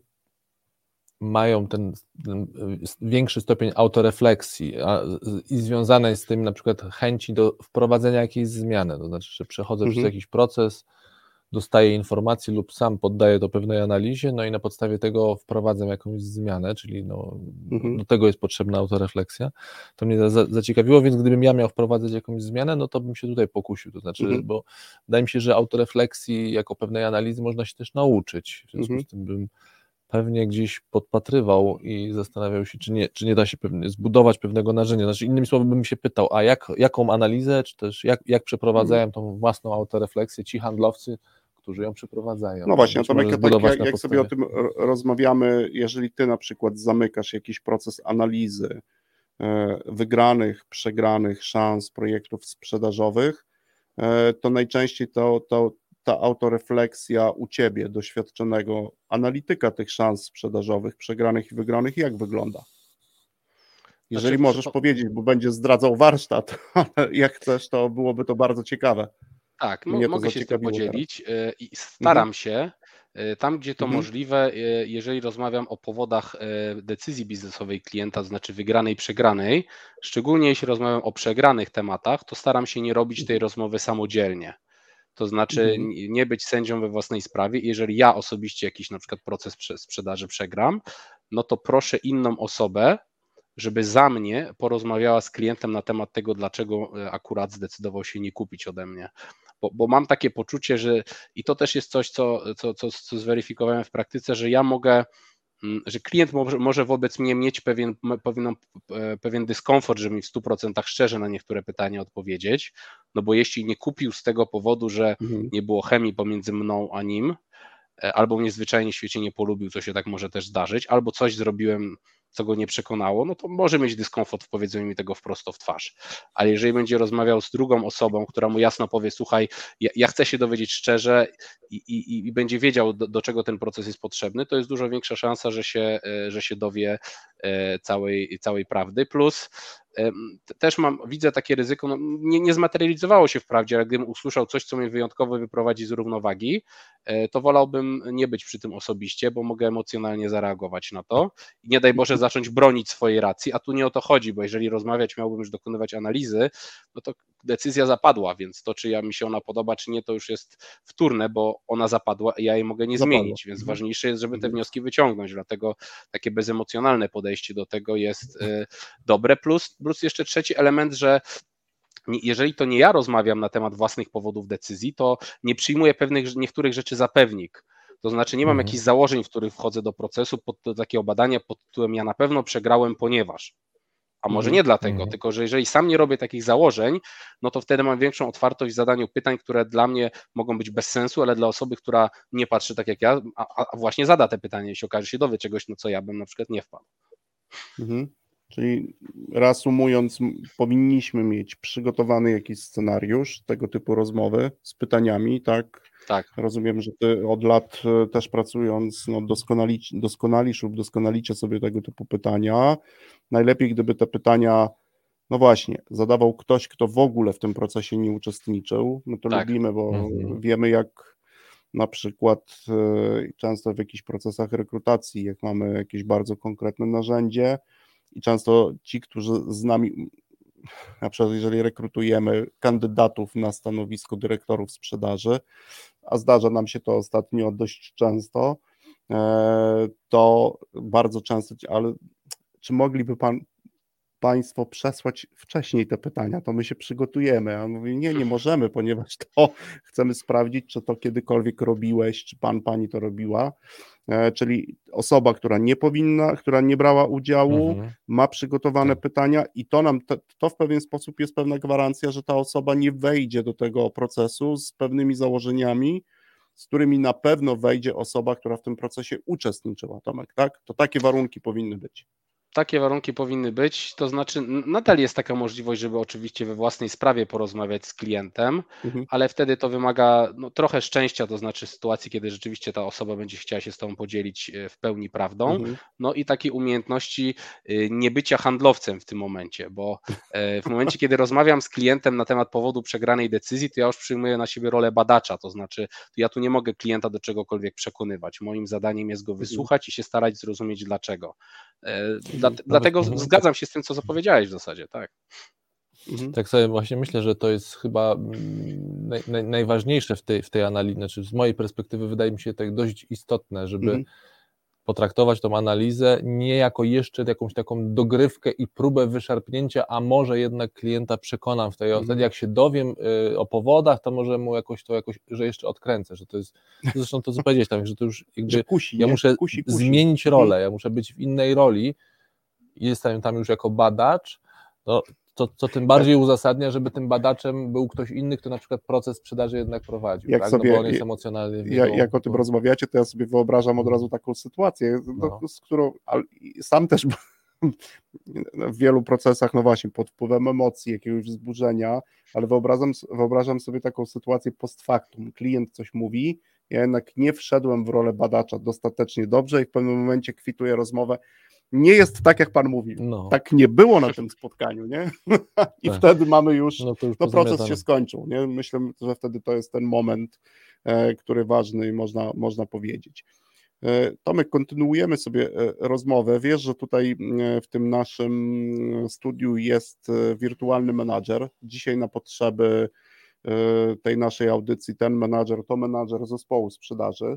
mają ten większy stopień autorefleksji i związane z tym na przykład chęci do wprowadzenia jakiejś zmiany, to znaczy, że przechodzę przez jakiś proces, dostaję informacje lub sam poddaję to pewnej analizie, no i na podstawie tego wprowadzam jakąś zmianę, czyli do tego jest potrzebna autorefleksja. To mnie zaciekawiło, więc gdybym ja miał wprowadzać jakąś zmianę, no to bym się tutaj pokusił, to znaczy, bo wydaje mi się, że autorefleksji jako pewnej analizy można się też nauczyć, w związku z tym bym pewnie gdzieś podpatrywał i zastanawiał się, czy nie da się zbudować pewnego narzędzia. Znaczy, innymi słowy bym się pytał, a jaką analizę, czy też jak przeprowadzają tą własną autorefleksję ci handlowcy, którzy ją przeprowadzają. No właśnie, Tomek, jak sobie o tym rozmawiamy, jeżeli ty na przykład zamykasz jakiś proces analizy wygranych, przegranych szans projektów sprzedażowych, to najczęściej ta autorefleksja u ciebie, doświadczonego analityka tych szans sprzedażowych, przegranych i wygranych, jak wygląda? Jeżeli możesz powiedzieć, bo będzie zdradzał warsztat, ale jak chcesz, to byłoby to bardzo ciekawe. Tak, mogę się z tym podzielić i staram się tam, gdzie to możliwe, jeżeli rozmawiam o powodach decyzji biznesowej klienta, to znaczy wygranej, przegranej, szczególnie jeśli rozmawiam o przegranych tematach, to staram się nie robić tej rozmowy samodzielnie. To znaczy nie być sędzią we własnej sprawie. Jeżeli ja osobiście jakiś na przykład proces sprzedaży przegram, no to proszę inną osobę, żeby za mnie porozmawiała z klientem na temat tego, dlaczego akurat zdecydował się nie kupić ode mnie. Bo mam takie poczucie, że i to też jest coś, co zweryfikowałem w praktyce, że ja mogę, że klient może wobec mnie mieć pewien dyskomfort, żeby mi w 100% szczerze na niektóre pytania odpowiedzieć, no bo jeśli nie kupił z tego powodu, że nie było chemii pomiędzy mną a nim, albo mnie zwyczajnie w świecie nie polubił, co się tak może też zdarzyć, albo coś zrobiłem, co go nie przekonało, no to może mieć dyskomfort w powiedzeniu mi tego wprost w twarz. Ale jeżeli będzie rozmawiał z drugą osobą, która mu jasno powie, słuchaj, ja chcę się dowiedzieć szczerze i będzie wiedział, do czego ten proces jest potrzebny, to jest dużo większa szansa, że się dowie całej prawdy. Plus też widzę takie ryzyko, no nie zmaterializowało się wprawdzie, ale gdybym usłyszał coś, co mnie wyjątkowo wyprowadzi z równowagi, to wolałbym nie być przy tym osobiście, bo mogę emocjonalnie zareagować na to i nie daj Boże zacząć bronić swojej racji, a tu nie o to chodzi, bo jeżeli rozmawiać miałbym już dokonywać analizy, no to decyzja zapadła, więc to, czy mi się ona podoba, czy nie, to już jest wtórne, bo ona zapadła i ja jej mogę nie zmienić, więc ważniejsze jest, żeby te wnioski wyciągnąć, dlatego takie bezemocjonalne podejście do tego jest dobre, plus jeszcze trzeci element, że jeżeli to nie ja rozmawiam na temat własnych powodów decyzji, to nie przyjmuję niektórych rzeczy za pewnik. To znaczy nie mam jakichś założeń, w których wchodzę do procesu do takiego badania pod tytułem ja na pewno przegrałem, ponieważ. A może nie dlatego, tylko że jeżeli sam nie robię takich założeń, no to wtedy mam większą otwartość w zadaniu pytań, które dla mnie mogą być bez sensu, ale dla osoby, która nie patrzy tak jak ja, a właśnie zada te pytanie, jeśli okaże się dowie czegoś, no co ja bym na przykład nie wpadł. Czyli reasumując, powinniśmy mieć przygotowany jakiś scenariusz tego typu rozmowy z pytaniami, tak? Tak. Rozumiem, że ty od lat też pracując, no doskonalisz lub doskonalicie sobie tego typu pytania. Najlepiej, gdyby te pytania, no właśnie, zadawał ktoś, kto w ogóle w tym procesie nie uczestniczył. My to lubimy, bo wiemy, jak na przykład często w jakichś procesach rekrutacji, jak mamy jakieś bardzo konkretne narzędzie i często ci, którzy z nami, na przykład jeżeli rekrutujemy kandydatów na stanowisko dyrektorów sprzedaży, a zdarza nam się to ostatnio dość często, to bardzo często, ale czy mogliby Państwo przesłać wcześniej te pytania, to my się przygotujemy. A on mówi, nie możemy, ponieważ to chcemy sprawdzić, czy to kiedykolwiek robiłeś, czy pani to robiła. Czyli osoba, która nie powinna, która nie brała udziału, ma przygotowane pytania i to nam to w pewien sposób jest pewna gwarancja, że ta osoba nie wejdzie do tego procesu z pewnymi założeniami, z którymi na pewno wejdzie osoba, która w tym procesie uczestniczyła. Tomek, tak? To takie warunki powinny być. Takie warunki powinny być, to znaczy nadal jest taka możliwość, żeby oczywiście we własnej sprawie porozmawiać z klientem, ale wtedy to wymaga trochę szczęścia, to znaczy sytuacji, kiedy rzeczywiście ta osoba będzie chciała się z tobą podzielić w pełni prawdą, no i takiej umiejętności nie bycia handlowcem w tym momencie, bo w momencie, kiedy rozmawiam z klientem na temat powodu przegranej decyzji, to ja już przyjmuję na siebie rolę badacza, to znaczy ja tu nie mogę klienta do czegokolwiek przekonywać, moim zadaniem jest go wysłuchać i się starać zrozumieć dlaczego. Dlatego zgadzam się z tym, co zapowiedziałeś w zasadzie, tak. Tak sobie właśnie myślę, że to jest chyba najważniejsze w tej analizie, znaczy z mojej perspektywy wydaje mi się tak dość istotne, żeby potraktować tą analizę nie jako jeszcze jakąś taką dogrywkę i próbę wyszarpnięcia, a może jednak klienta przekonam w tej ocenie, jak się dowiem o powodach, to może mu jakoś, że jeszcze odkręcę, że to jest, zresztą to co powiedzieć tam, że to już jakby, że kusi, ja muszę kusi. zmienić rolę, ja muszę być w innej roli, jestem tam już jako badacz, no, to tym bardziej uzasadnia, żeby tym badaczem był ktoś inny, kto na przykład proces sprzedaży jednak prowadził, tak? Sobie, no bo on jest emocjonalny. Jak o tym rozmawiacie, to ja sobie wyobrażam od razu taką sytuację, z którą sam też w wielu procesach, no właśnie, pod wpływem emocji, jakiegoś wzburzenia, ale wyobrażam sobie taką sytuację post factum. Klient coś mówi, ja jednak nie wszedłem w rolę badacza dostatecznie dobrze i w pewnym momencie kwituję rozmowę. nie jest tak, jak pan mówi. Tak nie było na tym spotkaniu, nie? I wtedy mamy już, proces się skończył, nie? Myślę, że wtedy to jest ten moment, który ważny i można powiedzieć. Tomek, kontynuujemy sobie rozmowę. Wiesz, że tutaj w tym naszym studiu jest wirtualny menadżer. Dzisiaj na potrzeby tej naszej audycji ten menadżer to menadżer zespołu sprzedaży.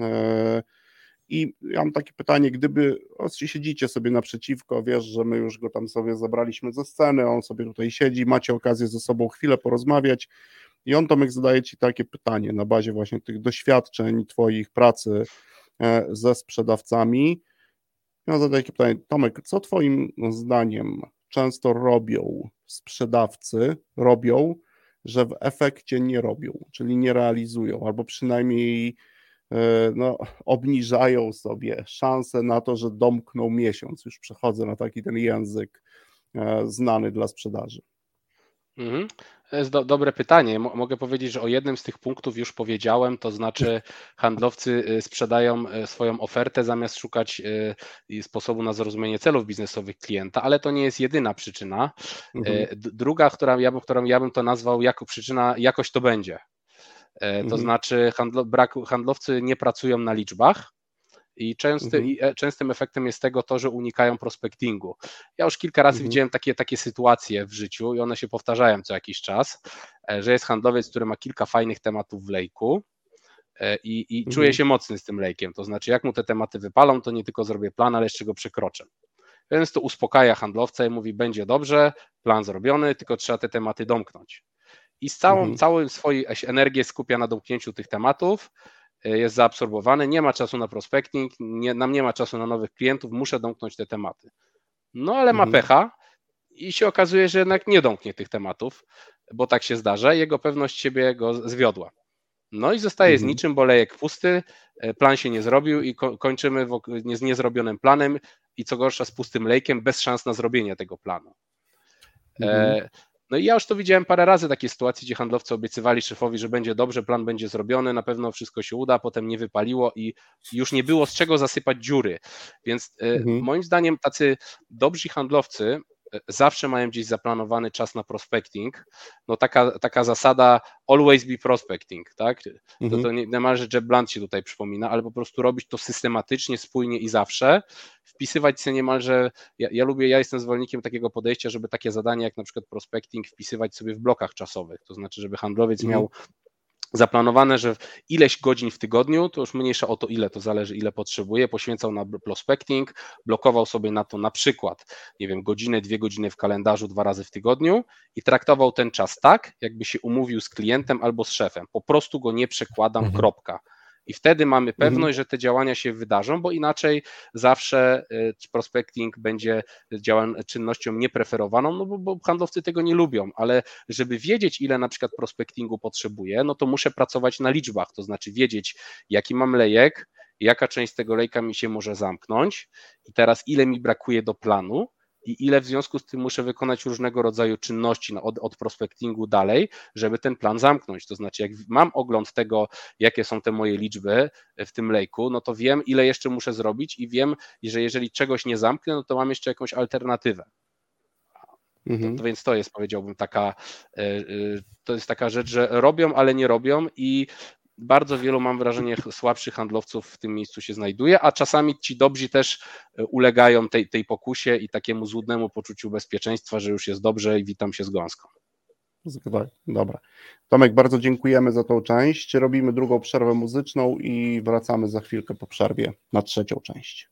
I ja mam takie pytanie, gdyby siedzicie sobie naprzeciwko, wiesz, że my już go tam sobie zabraliśmy ze sceny, on sobie tutaj siedzi, macie okazję ze sobą chwilę porozmawiać i on, Tomek, zadaje ci takie pytanie na bazie właśnie tych doświadczeń twoich pracy ze sprzedawcami. Ja zadaję takie pytanie, Tomek, co twoim zdaniem często sprzedawcy robią, że w efekcie nie robią, czyli nie realizują, albo przynajmniej obniżają sobie szanse na to, że domkną miesiąc. Już przechodzę na taki ten język znany dla sprzedaży. To jest dobre pytanie. Mogę powiedzieć, że o jednym z tych punktów już powiedziałem, to znaczy handlowcy sprzedają swoją ofertę zamiast szukać sposobu na zrozumienie celów biznesowych klienta, ale to nie jest jedyna przyczyna. Druga, którą ja bym to nazwał jako przyczyna, jakoś to będzie. To znaczy handlowcy nie pracują na liczbach i częstym efektem jest tego to, że unikają prospectingu. Ja już kilka razy widziałem takie sytuacje w życiu i one się powtarzają co jakiś czas, że jest handlowiec, który ma kilka fajnych tematów w lejku i czuje się mocny z tym lejkiem, to znaczy jak mu te tematy wypalą, to nie tylko zrobię plan, ale jeszcze go przekroczę. Więc to uspokaja handlowca i mówi, będzie dobrze, plan zrobiony, tylko trzeba te tematy domknąć. I całą swoją energię skupia na domknięciu tych tematów, jest zaabsorbowany, nie ma czasu na prospecting, nie ma czasu na nowych klientów, muszę domknąć te tematy. No ale ma pecha i się okazuje, że jednak nie domknie tych tematów, bo tak się zdarza, jego pewność siebie go zwiodła. No i zostaje z niczym, bo lejek pusty, plan się nie zrobił i kończymy z niezrobionym planem i co gorsza z pustym lejkiem, bez szans na zrobienie tego planu. No i ja już to widziałem parę razy takie sytuacje, gdzie handlowcy obiecywali szefowi, że będzie dobrze, plan będzie zrobiony, na pewno wszystko się uda, potem nie wypaliło i już nie było z czego zasypać dziury. Więc moim zdaniem tacy dobrzy handlowcy zawsze mają gdzieś zaplanowany czas na prospecting. No taka zasada always be prospecting, tak? To niemalże Jeb Blunt się tutaj przypomina, ale po prostu robić to systematycznie, spójnie i zawsze, wpisywać sobie niemalże, ja jestem zwolennikiem takiego podejścia, żeby takie zadania jak na przykład prospecting wpisywać sobie w blokach czasowych, to znaczy, żeby handlowiec miał zaplanowane, że ileś godzin w tygodniu, to już mniejsza o to ile, to zależy ile potrzebuje, poświęcał na prospecting, blokował sobie na to na przykład, nie wiem, godzinę, 2 godziny w kalendarzu 2 razy w tygodniu i traktował ten czas tak, jakby się umówił z klientem albo z szefem. Po prostu go nie przekładam, kropka. I wtedy mamy pewność, że te działania się wydarzą, bo inaczej zawsze prospecting będzie czynnością niepreferowaną, no bo handlowcy tego nie lubią, ale żeby wiedzieć, ile na przykład prospectingu potrzebuję, no to muszę pracować na liczbach, to znaczy wiedzieć, jaki mam lejek, jaka część tego lejka mi się może zamknąć i teraz ile mi brakuje do planu i ile w związku z tym muszę wykonać różnego rodzaju czynności od prospectingu dalej, żeby ten plan zamknąć. To znaczy, jak mam ogląd tego, jakie są te moje liczby w tym lejku, no to wiem, ile jeszcze muszę zrobić i wiem, że jeżeli czegoś nie zamknę, no to mam jeszcze jakąś alternatywę. To więc to jest, powiedziałbym, taka rzecz, że robią, ale nie robią i bardzo wielu, mam wrażenie, słabszych handlowców w tym miejscu się znajduje, a czasami ci dobrzy też ulegają tej pokusie i takiemu złudnemu poczuciu bezpieczeństwa, że już jest dobrze i witam się z gąską. Dobra. Tomek, bardzo dziękujemy za tą część. Robimy drugą przerwę muzyczną i wracamy za chwilkę po przerwie na trzecią część.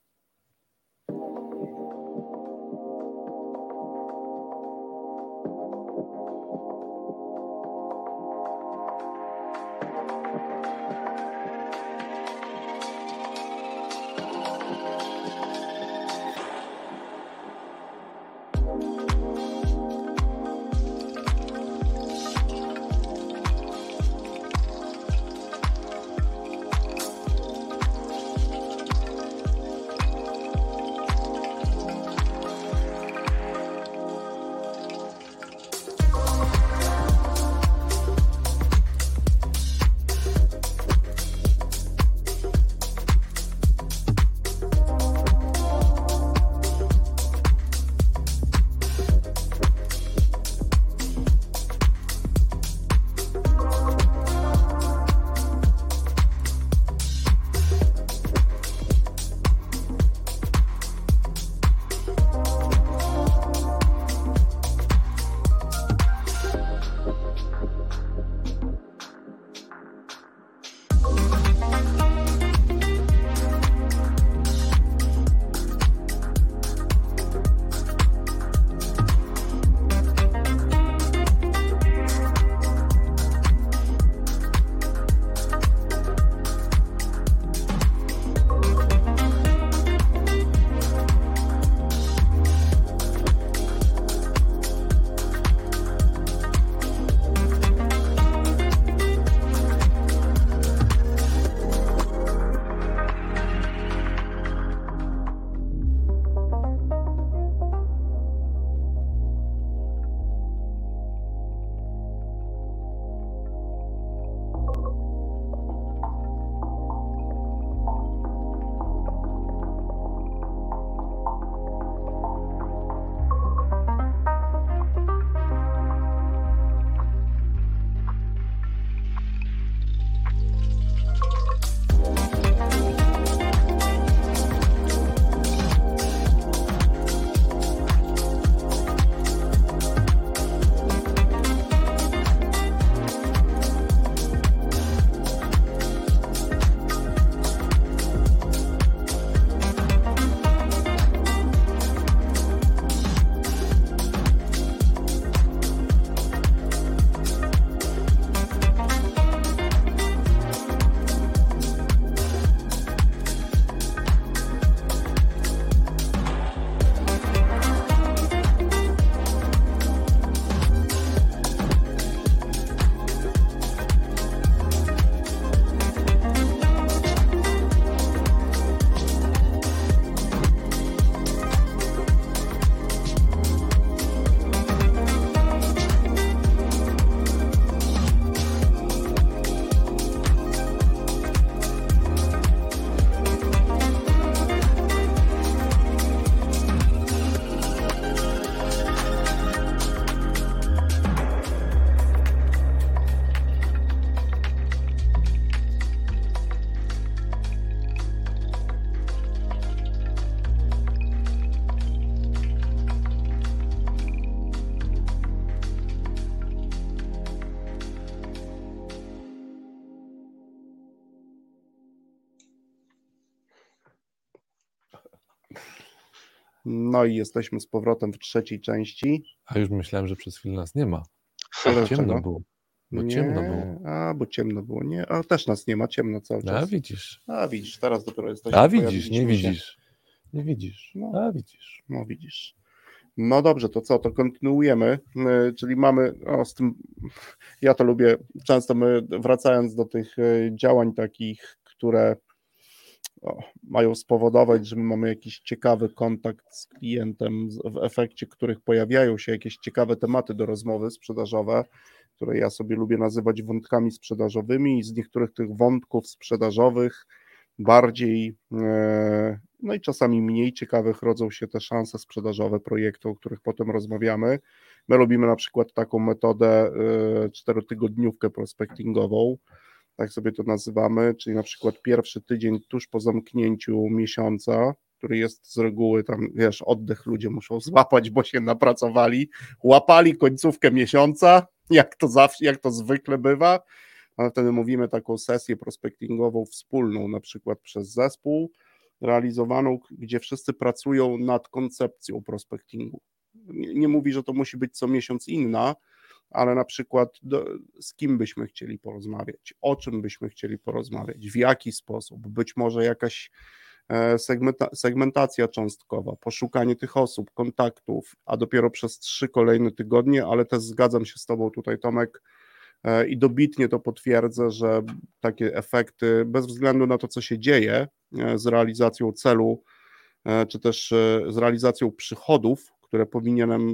No i jesteśmy z powrotem w trzeciej części. A już myślałem, że przez chwilę nas nie ma. Ciemno było. Ciemno było. Bo ciemno było, nie? A też nas nie ma, ciemno cały czas. A widzisz, teraz dopiero jesteśmy. A widzisz, nie widzisz. Nie widzisz. Widzisz. No widzisz. No dobrze, to co, to kontynuujemy, czyli mamy, z tym, ja to lubię, często my wracając do tych działań takich, które mają spowodować, że my mamy jakiś ciekawy kontakt z klientem, w efekcie których pojawiają się jakieś ciekawe tematy do rozmowy sprzedażowe, które ja sobie lubię nazywać wątkami sprzedażowymi i z niektórych tych wątków sprzedażowych bardziej, no i czasami mniej ciekawych rodzą się te szanse sprzedażowe projektu, o których potem rozmawiamy. My lubimy na przykład taką metodę 4-tygodniówkę prospectingową, tak sobie to nazywamy, czyli na przykład pierwszy tydzień tuż po zamknięciu miesiąca, który jest z reguły tam, wiesz, oddech ludzie muszą złapać, bo się napracowali, łapali końcówkę miesiąca, jak to zwykle bywa, ale wtedy mówimy taką sesję prospectingową wspólną, na przykład przez zespół, realizowaną, gdzie wszyscy pracują nad koncepcją prospectingu. Nie mówi, że to musi być co miesiąc inna, ale na przykład z kim byśmy chcieli porozmawiać, o czym byśmy chcieli porozmawiać, w jaki sposób, być może jakaś segmentacja cząstkowa, poszukanie tych osób, kontaktów, a dopiero przez 3 kolejne tygodnie, ale też zgadzam się z Tobą tutaj, Tomek, i dobitnie to potwierdzę, że takie efekty, bez względu na to, co się dzieje z realizacją celu, czy też z realizacją przychodów, które powinienem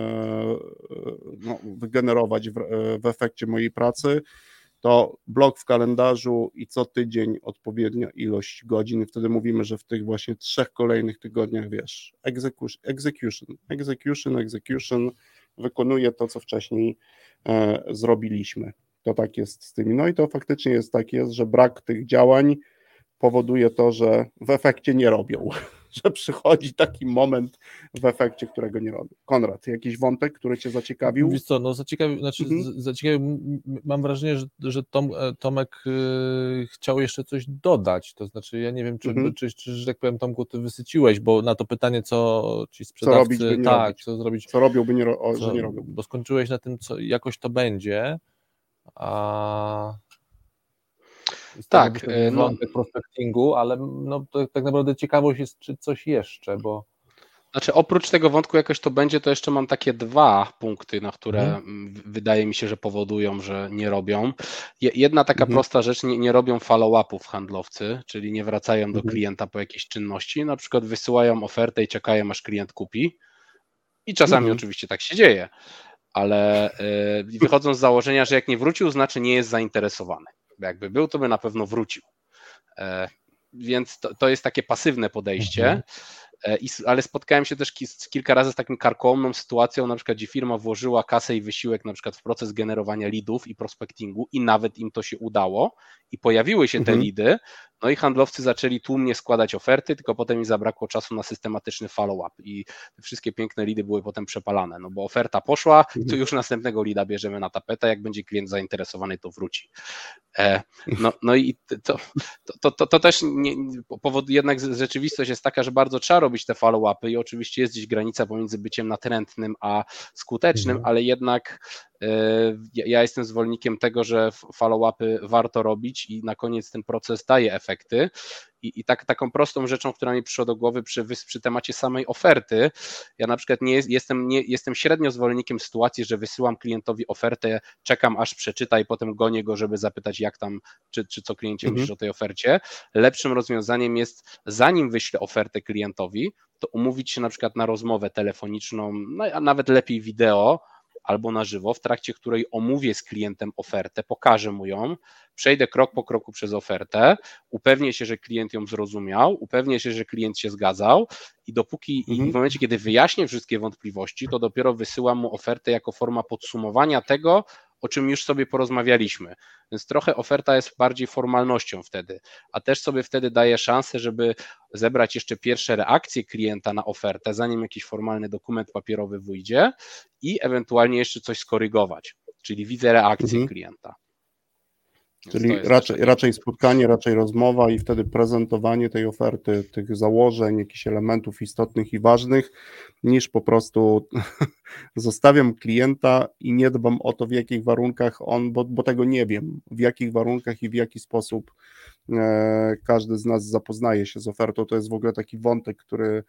wygenerować w efekcie mojej pracy, to blok w kalendarzu i co tydzień odpowiednia ilość godzin. Wtedy mówimy, że w tych właśnie 3 kolejnych tygodniach, wiesz, execution, wykonuje to, co wcześniej zrobiliśmy. To tak jest z tymi. No i to faktycznie jest tak jest, że brak tych działań powoduje to, że w efekcie nie robią, że przychodzi taki moment w efekcie, którego nie robią. Konrad, jakiś wątek, który Cię zaciekawił? Wiesz co, zaciekawił, mam wrażenie, że Tomek chciał jeszcze coś dodać, to znaczy ja nie wiem, czy że tak powiem, Tomku, Ty wysyciłeś, bo na to pytanie, co ci sprzedawcy, co robić, by nie robić. Co zrobić, co robią, że nie robią. Bo skończyłeś na tym, co jakoś to będzie, a tak, wątek prospectingu, ale to tak naprawdę ciekawość jest, czy coś jeszcze, bo znaczy oprócz tego wątku jakoś to będzie, to jeszcze mam takie 2 punkty, na które wydaje mi się, że powodują, że nie robią. Jedna taka prosta rzecz, nie robią follow-upów handlowcy, czyli nie wracają do klienta po jakiejś czynności, na przykład wysyłają ofertę i czekają, aż klient kupi i czasami oczywiście tak się dzieje, ale wychodzą z założenia, że jak nie wrócił, znaczy nie jest zainteresowany. Jakby był, to by na pewno wrócił. Więc to jest takie pasywne podejście, ale spotkałem się też kilka razy z taką karkołomną sytuacją, na przykład gdzie firma włożyła kasę i wysiłek na przykład w proces generowania leadów i prospectingu i nawet im to się udało i pojawiły się te leady, no i handlowcy zaczęli tłumnie składać oferty, tylko potem im zabrakło czasu na systematyczny follow-up i te wszystkie piękne leady były potem przepalane, no bo oferta poszła, to już następnego leada bierzemy na tapetę, jak będzie klient zainteresowany, to wróci. No i to też powód, jednak rzeczywistość jest taka, że bardzo trzeba robić te follow-upy i oczywiście jest gdzieś granica pomiędzy byciem natrętnym a skutecznym, ale jednak ja jestem zwolennikiem tego, że follow-upy warto robić i na koniec ten proces daje efekty. I taką prostą rzeczą, która mi przyszła do głowy przy temacie samej oferty, ja na przykład jestem średnio zwolennikiem sytuacji, że wysyłam klientowi ofertę, czekam aż przeczyta i potem gonię go, żeby zapytać jak tam, czy co kliencie myślisz o tej ofercie. Lepszym rozwiązaniem jest, zanim wyślę ofertę klientowi, to umówić się na przykład na rozmowę telefoniczną, no a nawet lepiej wideo, albo na żywo, w trakcie której omówię z klientem ofertę, pokażę mu ją, przejdę krok po kroku przez ofertę, upewnię się, że klient ją zrozumiał, upewnię się, że klient się zgadzał i w momencie, kiedy wyjaśnię wszystkie wątpliwości, to dopiero wysyłam mu ofertę jako forma podsumowania tego, o czym już sobie porozmawialiśmy. Więc trochę oferta jest bardziej formalnością wtedy, a też sobie wtedy daje szansę, żeby zebrać jeszcze pierwsze reakcje klienta na ofertę, zanim jakiś formalny dokument papierowy wyjdzie i ewentualnie jeszcze coś skorygować, czyli widzę reakcję klienta. Czyli raczej spotkanie, raczej rozmowa i wtedy prezentowanie tej oferty, tych założeń, jakichś elementów istotnych i ważnych, niż po prostu zostawiam klienta i nie dbam o to, w jakich warunkach bo tego nie wiem, w jakich warunkach i w jaki sposób każdy z nas zapoznaje się z ofertą. To jest w ogóle taki wątek, który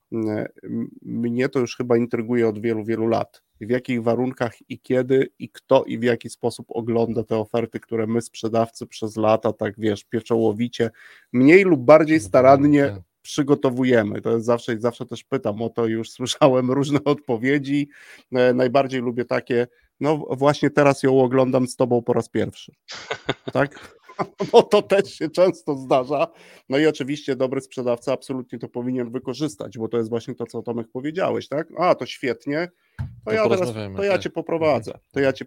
mnie to już chyba intryguje od wielu, wielu lat. W jakich warunkach i kiedy i kto i w jaki sposób ogląda te oferty, które my sprzedawcy przez lata, tak wiesz, pieczołowicie, mniej lub bardziej starannie przygotowujemy. To jest zawsze też pytam o to, już słyszałem różne odpowiedzi. Najbardziej lubię takie, no właśnie teraz ją oglądam z tobą po raz pierwszy. Tak? Bo to też się często zdarza. No i oczywiście dobry sprzedawca absolutnie to powinien wykorzystać, bo to jest właśnie to, co Tomek powiedziałeś, tak? To świetnie, to ja cię poprowadzę,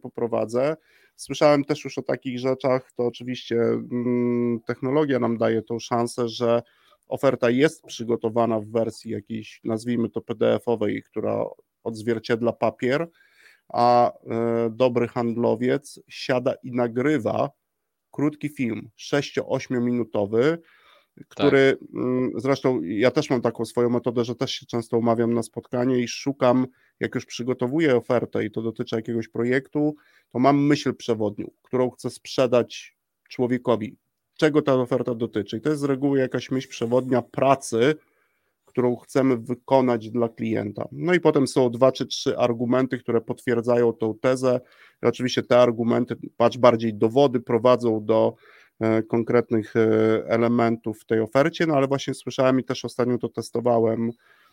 Słyszałem też już o takich rzeczach, to oczywiście technologia nam daje tą szansę, że oferta jest przygotowana w wersji jakiejś, nazwijmy to PDF-owej, która odzwierciedla papier, a dobry handlowiec siada i nagrywa krótki film, 6-8 minutowy, który zresztą ja też mam taką swoją metodę, że też się często umawiam na spotkanie i szukam, jak już przygotowuję ofertę i to dotyczy jakiegoś projektu, to mam myśl przewodnią, którą chcę sprzedać człowiekowi, czego ta oferta dotyczy. I to jest z reguły jakaś myśl przewodnia pracy, którą chcemy wykonać dla klienta. No i potem są 2 czy 3 argumenty, które potwierdzają tą tezę. I oczywiście te argumenty, bardziej dowody prowadzą do konkretnych elementów w tej ofercie, no ale właśnie słyszałem i też ostatnio to testowałem,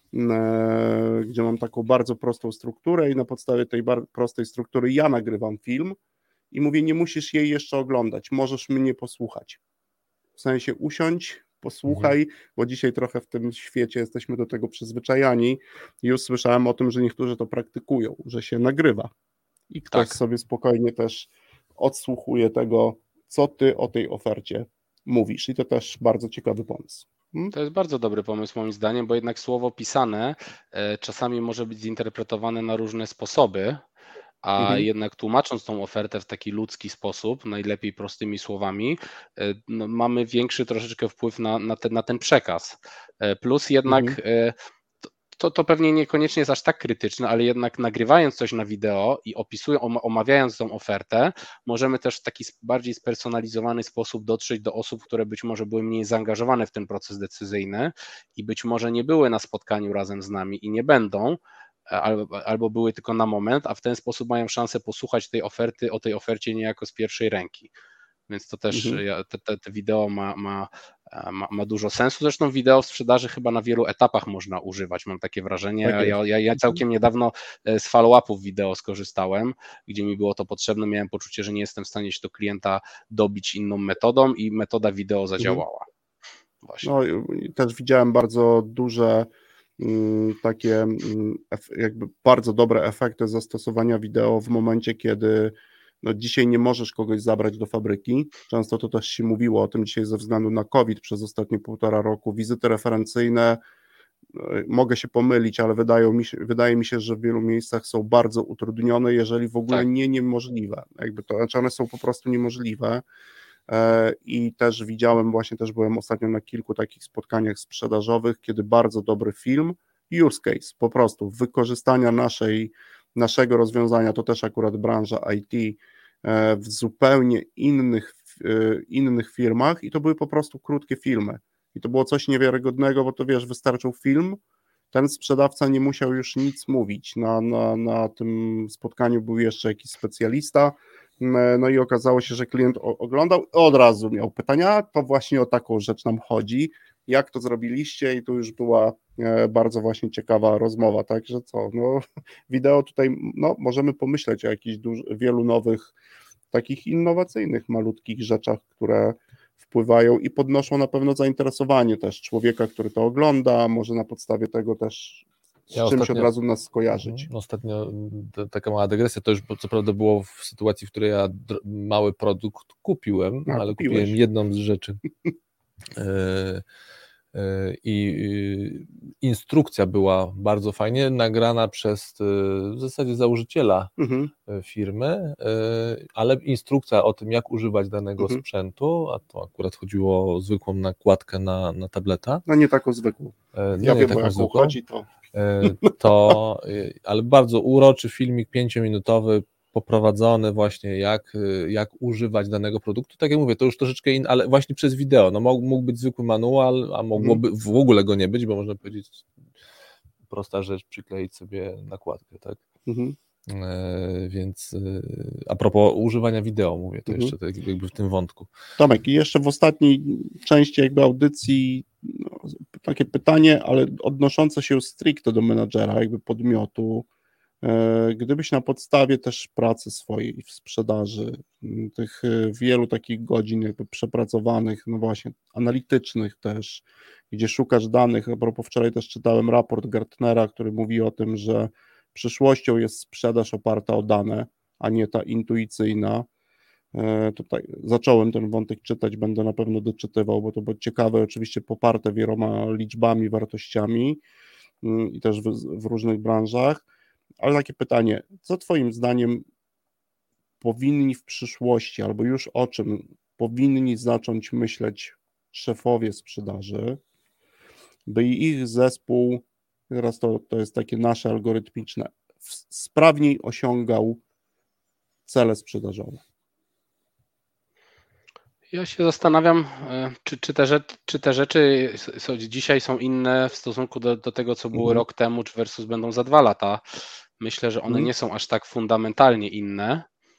gdzie mam taką bardzo prostą strukturę i na podstawie tej prostej struktury ja nagrywam film i mówię, nie musisz jej jeszcze oglądać, możesz mnie posłuchać. W sensie usiądź, posłuchaj, bo dzisiaj trochę w tym świecie jesteśmy do tego przyzwyczajani. Już słyszałem o tym, że niektórzy to praktykują, że się nagrywa i ktoś sobie spokojnie też odsłuchuje tego, co ty o tej ofercie mówisz. I to też bardzo ciekawy pomysł. To jest bardzo dobry pomysł moim zdaniem, bo jednak słowo pisane czasami może być zinterpretowane na różne sposoby, a jednak tłumacząc tą ofertę w taki ludzki sposób, najlepiej prostymi słowami, no, mamy większy troszeczkę wpływ na ten przekaz. Plus jednak to pewnie niekoniecznie jest aż tak krytyczne, ale jednak nagrywając coś na wideo i omawiając tą ofertę, możemy też w taki bardziej spersonalizowany sposób dotrzeć do osób, które być może były mniej zaangażowane w ten proces decyzyjny i być może nie były na spotkaniu razem z nami i nie będą, albo były tylko na moment, a w ten sposób mają szansę posłuchać tej oferty, o tej ofercie niejako z pierwszej ręki. Więc to też te wideo ma dużo sensu. Zresztą wideo w sprzedaży chyba na wielu etapach można używać, mam takie wrażenie. Tak ja całkiem niedawno z follow-upów wideo skorzystałem, gdzie mi było to potrzebne. Miałem poczucie, że nie jestem w stanie się do klienta dobić inną metodą i metoda wideo zadziałała. Właśnie. No, też widziałem bardzo duże takie jakby bardzo dobre efekty zastosowania wideo w momencie, kiedy dzisiaj nie możesz kogoś zabrać do fabryki. Często to też się mówiło o tym dzisiaj ze względu na COVID przez ostatnie 1,5 roku. Wizyty referencyjne, mogę się pomylić, ale wydaje mi się, że w wielu miejscach są bardzo utrudnione, jeżeli w ogóle nie niemożliwe. Znaczy one są po prostu niemożliwe. I też widziałem, też byłem ostatnio na kilku takich spotkaniach sprzedażowych, kiedy bardzo dobry film, use case, po prostu wykorzystania naszego rozwiązania, to też akurat branża IT, w zupełnie innych firmach i to były po prostu krótkie filmy i to było coś niewiarygodnego, bo to wystarczył film, ten sprzedawca nie musiał już nic mówić, na tym spotkaniu był jeszcze jakiś specjalista, no i okazało się, że klient oglądał, od razu miał pytania, to właśnie o taką rzecz nam chodzi, jak to zrobiliście i tu już była bardzo właśnie ciekawa rozmowa, także wideo tutaj, możemy pomyśleć o jakichś wielu nowych, takich innowacyjnych, malutkich rzeczach, które wpływają i podnoszą na pewno zainteresowanie też człowieka, który to ogląda, może na podstawie tego też czymś od razu nas skojarzyć. Ostatnio taka mała dygresja, to już co prawda było w sytuacji, w której ja mały produkt kupiłem, ale kupiłem jedną z rzeczy. i instrukcja była bardzo fajnie nagrana przez w zasadzie założyciela firmy, ale instrukcja o tym, jak używać danego sprzętu, a to akurat chodziło o zwykłą nakładkę na tableta. No nie taką zwykłą. Ja wiem, o jaką chodzi, ale bardzo uroczy filmik 5-minutowy, poprowadzony właśnie jak używać danego produktu. Tak jak mówię, to już troszeczkę inne, ale właśnie przez wideo. No mógł być zwykły manual, a mogłoby w ogóle go nie być, bo można powiedzieć prosta rzecz, przykleić sobie nakładkę, tak? Więc a propos używania wideo, mówię, to jeszcze tak jakby w tym wątku. Tomek, i jeszcze w ostatniej części jakby audycji takie pytanie, ale odnoszące się stricte do menadżera, jakby podmiotu. Gdybyś na podstawie też pracy swojej w sprzedaży, tych wielu takich godzin jakby przepracowanych, no właśnie analitycznych też, gdzie szukasz danych, a propos wczoraj też czytałem raport Gartnera, który mówi o tym, że przyszłością jest sprzedaż oparta o dane, a nie ta intuicyjna. Tutaj zacząłem ten wątek czytać, będę na pewno doczytywał, bo to było ciekawe, oczywiście poparte wieloma liczbami, wartościami i też w różnych branżach. Ale takie pytanie, co Twoim zdaniem powinni w przyszłości, albo już o czym powinni zacząć myśleć szefowie sprzedaży, by ich zespół, teraz to jest takie nasze algorytmiczne, sprawniej osiągał cele sprzedażowe? Ja się zastanawiam, czy te rzeczy dzisiaj są inne w stosunku do tego, co były rok temu, czy versus będą za 2 lata. Myślę, że one nie są aż tak fundamentalnie inne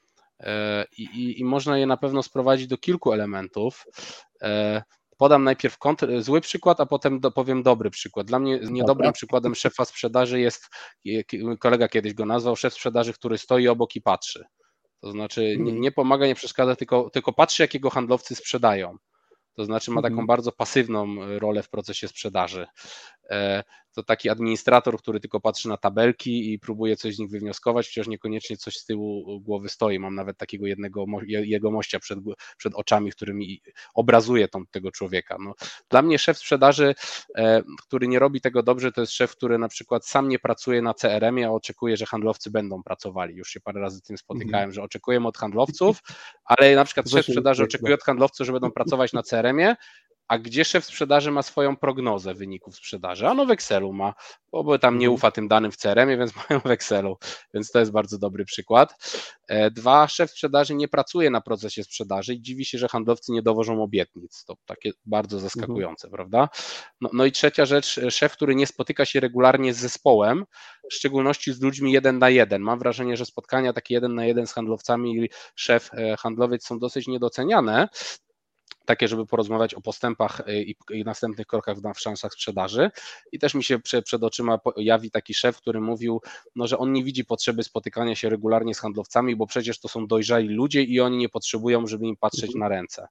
i można je na pewno sprowadzić do kilku elementów. Podam najpierw zły przykład, a potem powiem dobry przykład. Dla mnie niedobrym przykładem szefa sprzedaży jest, kolega kiedyś go nazwał, szef sprzedaży, który stoi obok i patrzy. To znaczy nie pomaga, nie przeszkadza, tylko patrzy, jak jego handlowcy sprzedają. To znaczy ma taką bardzo pasywną rolę w procesie sprzedaży. To taki administrator, który tylko patrzy na tabelki i próbuje coś z nich wywnioskować, chociaż niekoniecznie coś z tyłu głowy stoi. Mam nawet takiego jednego jegomościa przed oczami, który mi obrazuje tego człowieka. No, dla mnie szef sprzedaży, który nie robi tego dobrze, to jest szef, który na przykład sam nie pracuje na CRM-ie, a oczekuje, że handlowcy będą pracowali. Już się parę razy z tym spotykałem, że oczekujemy od handlowców, ale na przykład szef sprzedaży oczekuje od handlowców, że będą pracować na CRM-ie, a gdzie szef sprzedaży ma swoją prognozę wyników sprzedaży? Ano w Excelu ma, bo tam nie ufa tym danym w CRM-ie, więc mają w Excelu, więc to jest bardzo dobry przykład. 2, szef sprzedaży nie pracuje na procesie sprzedaży i dziwi się, że handlowcy nie dowożą obietnic. To takie bardzo zaskakujące, prawda? No i trzecia rzecz, szef, który nie spotyka się regularnie z zespołem, w szczególności z ludźmi 1 na 1. Mam wrażenie, że spotkania takie 1 na 1 z handlowcami i szef, handlowiec są dosyć niedoceniane, takie, żeby porozmawiać o postępach i następnych krokach w szansach sprzedaży. I też mi się przed oczyma pojawi taki szef, który mówił, że on nie widzi potrzeby spotykania się regularnie z handlowcami, bo przecież to są dojrzali ludzie i oni nie potrzebują, żeby im patrzeć na ręce.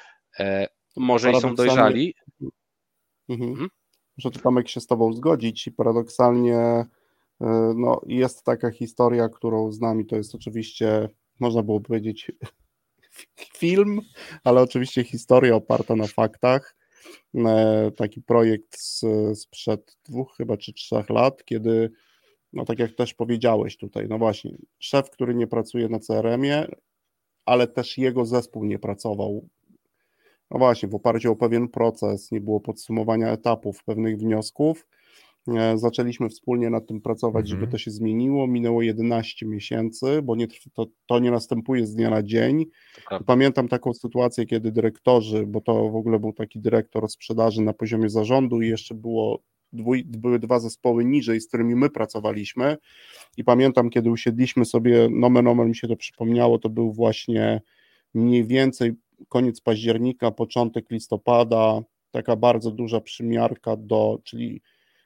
Może i są dojrzali. Muszę tu, Tomek, się z Tobą zgodzić i paradoksalnie jest taka historia, którą z nami, to jest oczywiście, można było powiedzieć, film, ale oczywiście historia oparta na faktach. Taki projekt sprzed 2 chyba czy 3 lat, kiedy, tak jak też powiedziałeś tutaj, właśnie, szef, który nie pracuje na CRM-ie, ale też jego zespół nie pracował. No właśnie, w oparciu o pewien proces, nie było podsumowania etapów, pewnych wniosków. Zaczęliśmy wspólnie nad tym pracować, żeby to się zmieniło. Minęło 11 miesięcy, bo to nie następuje z dnia na dzień. Pamiętam taką sytuację, kiedy dyrektorzy, bo to w ogóle był taki dyrektor sprzedaży na poziomie zarządu i jeszcze były 2 zespoły niżej, z którymi my pracowaliśmy i pamiętam, kiedy usiedliśmy sobie, nomen omen mi się to przypomniało, to był właśnie mniej więcej koniec października, początek listopada, taka bardzo duża przymiarka czyli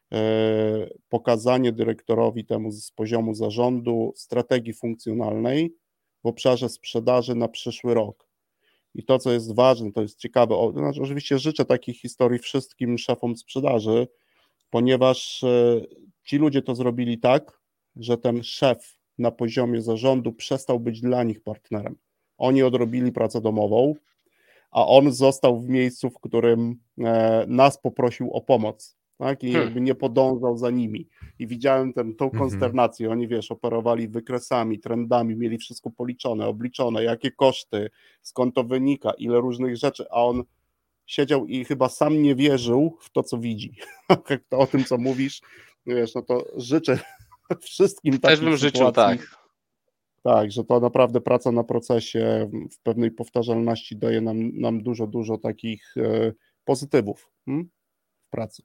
pokazanie dyrektorowi temu z poziomu zarządu strategii funkcjonalnej w obszarze sprzedaży na przyszły rok. I to, co jest ważne, to jest ciekawe, oczywiście życzę takich historii wszystkim szefom sprzedaży, ponieważ ci ludzie to zrobili tak, że ten szef na poziomie zarządu przestał być dla nich partnerem. Oni odrobili pracę domową, a on został w miejscu, w którym nas poprosił o pomoc, tak? I jakby nie podążał za nimi. I widziałem tą konsternację. Oni, operowali wykresami, trendami, mieli wszystko policzone, obliczone, jakie koszty, skąd to wynika, ile różnych rzeczy, a on siedział i chyba sam nie wierzył w to, co widzi. O tym, co mówisz, no to życzę wszystkim takich Też bym życzył, tak. Tak, że to naprawdę praca na procesie w pewnej powtarzalności daje nam dużo takich pozytywów w pracy.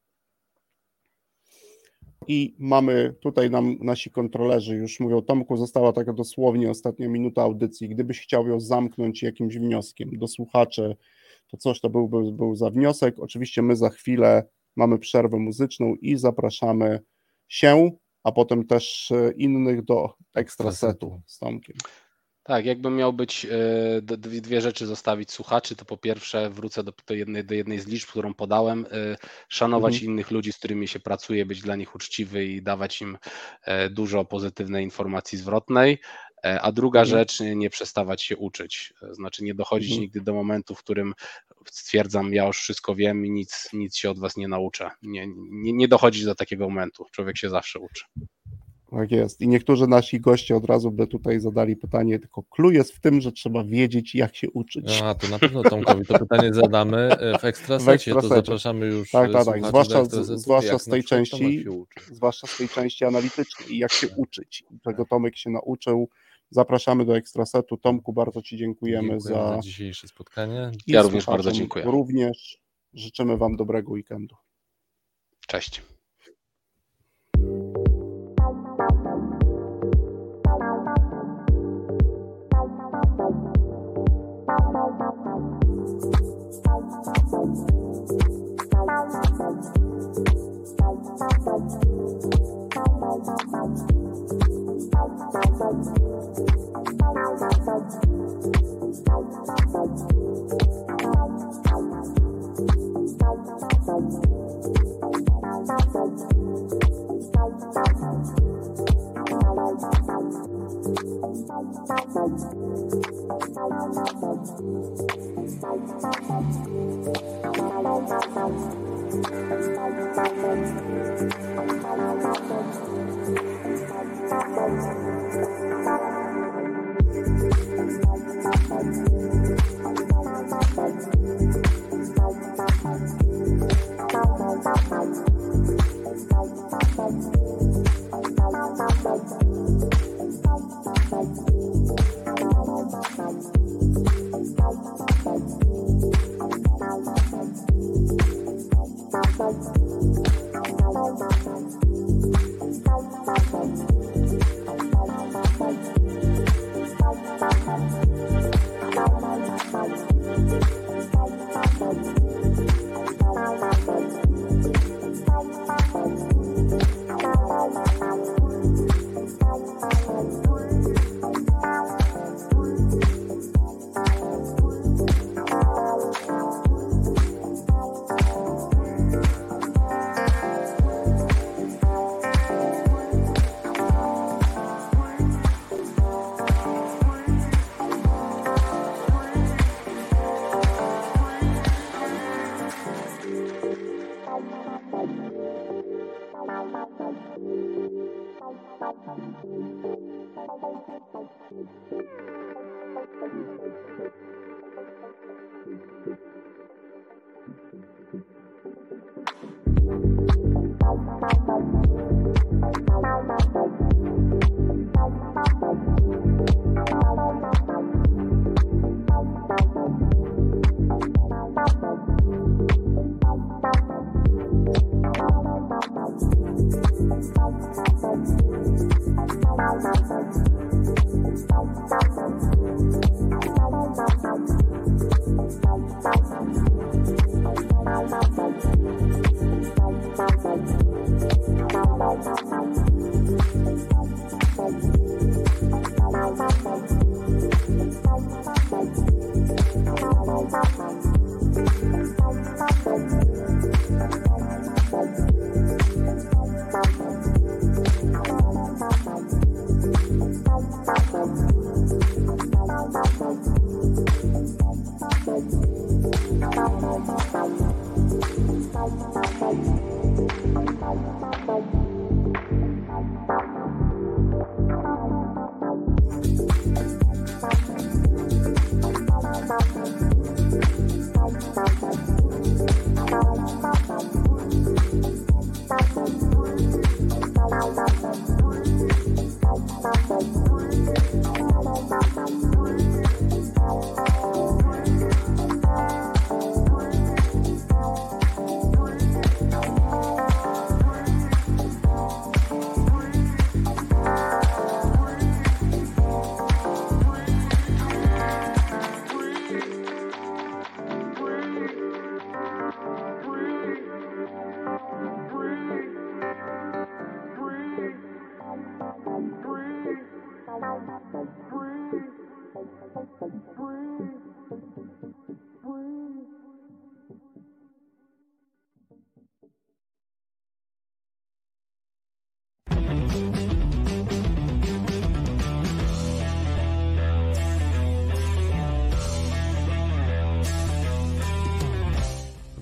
I mamy tutaj nasi kontrolerzy już mówią, Tomku, została taka dosłownie ostatnia minuta audycji, gdybyś chciał ją zamknąć jakimś wnioskiem do słuchaczy, to coś to był za wniosek. Oczywiście my za chwilę mamy przerwę muzyczną i zapraszamy się, a potem też innych do ekstrasetu z Tomkiem. Tak, jakbym miał być dwie rzeczy zostawić słuchaczy, to po pierwsze wrócę do jednej z liczb, którą podałem, szanować innych ludzi, z którymi się pracuje, być dla nich uczciwy i dawać im dużo pozytywnej informacji zwrotnej, a druga rzecz, nie przestawać się uczyć, znaczy nie dochodzić nigdy do momentu, w którym stwierdzam, ja już wszystko wiem i nic się od was nie nauczę. Nie dochodzić do takiego momentu, człowiek się zawsze uczy. Tak jest. I niektórzy nasi goście od razu by tutaj zadali pytanie, tylko clue jest w tym, że trzeba wiedzieć, jak się uczyć. A, to na pewno Tomkowi to pytanie zadamy w ekstrasecie, to zapraszamy już. Tak. Zwłaszcza z tej części analitycznej, jak się uczyć, czego Tomek się nauczył. Zapraszamy do ekstrasetu. Tomku, bardzo Ci dziękujemy za dzisiejsze spotkanie. Ja również bardzo dziękuję. Również życzymy Wam dobrego weekendu. Cześć. Thank you.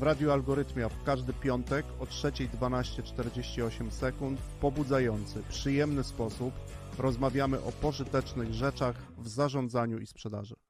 Radiu Algorytmia w każdy piątek o 3:12:48 sekund w pobudzający, przyjemny sposób rozmawiamy o pożytecznych rzeczach w zarządzaniu i sprzedaży.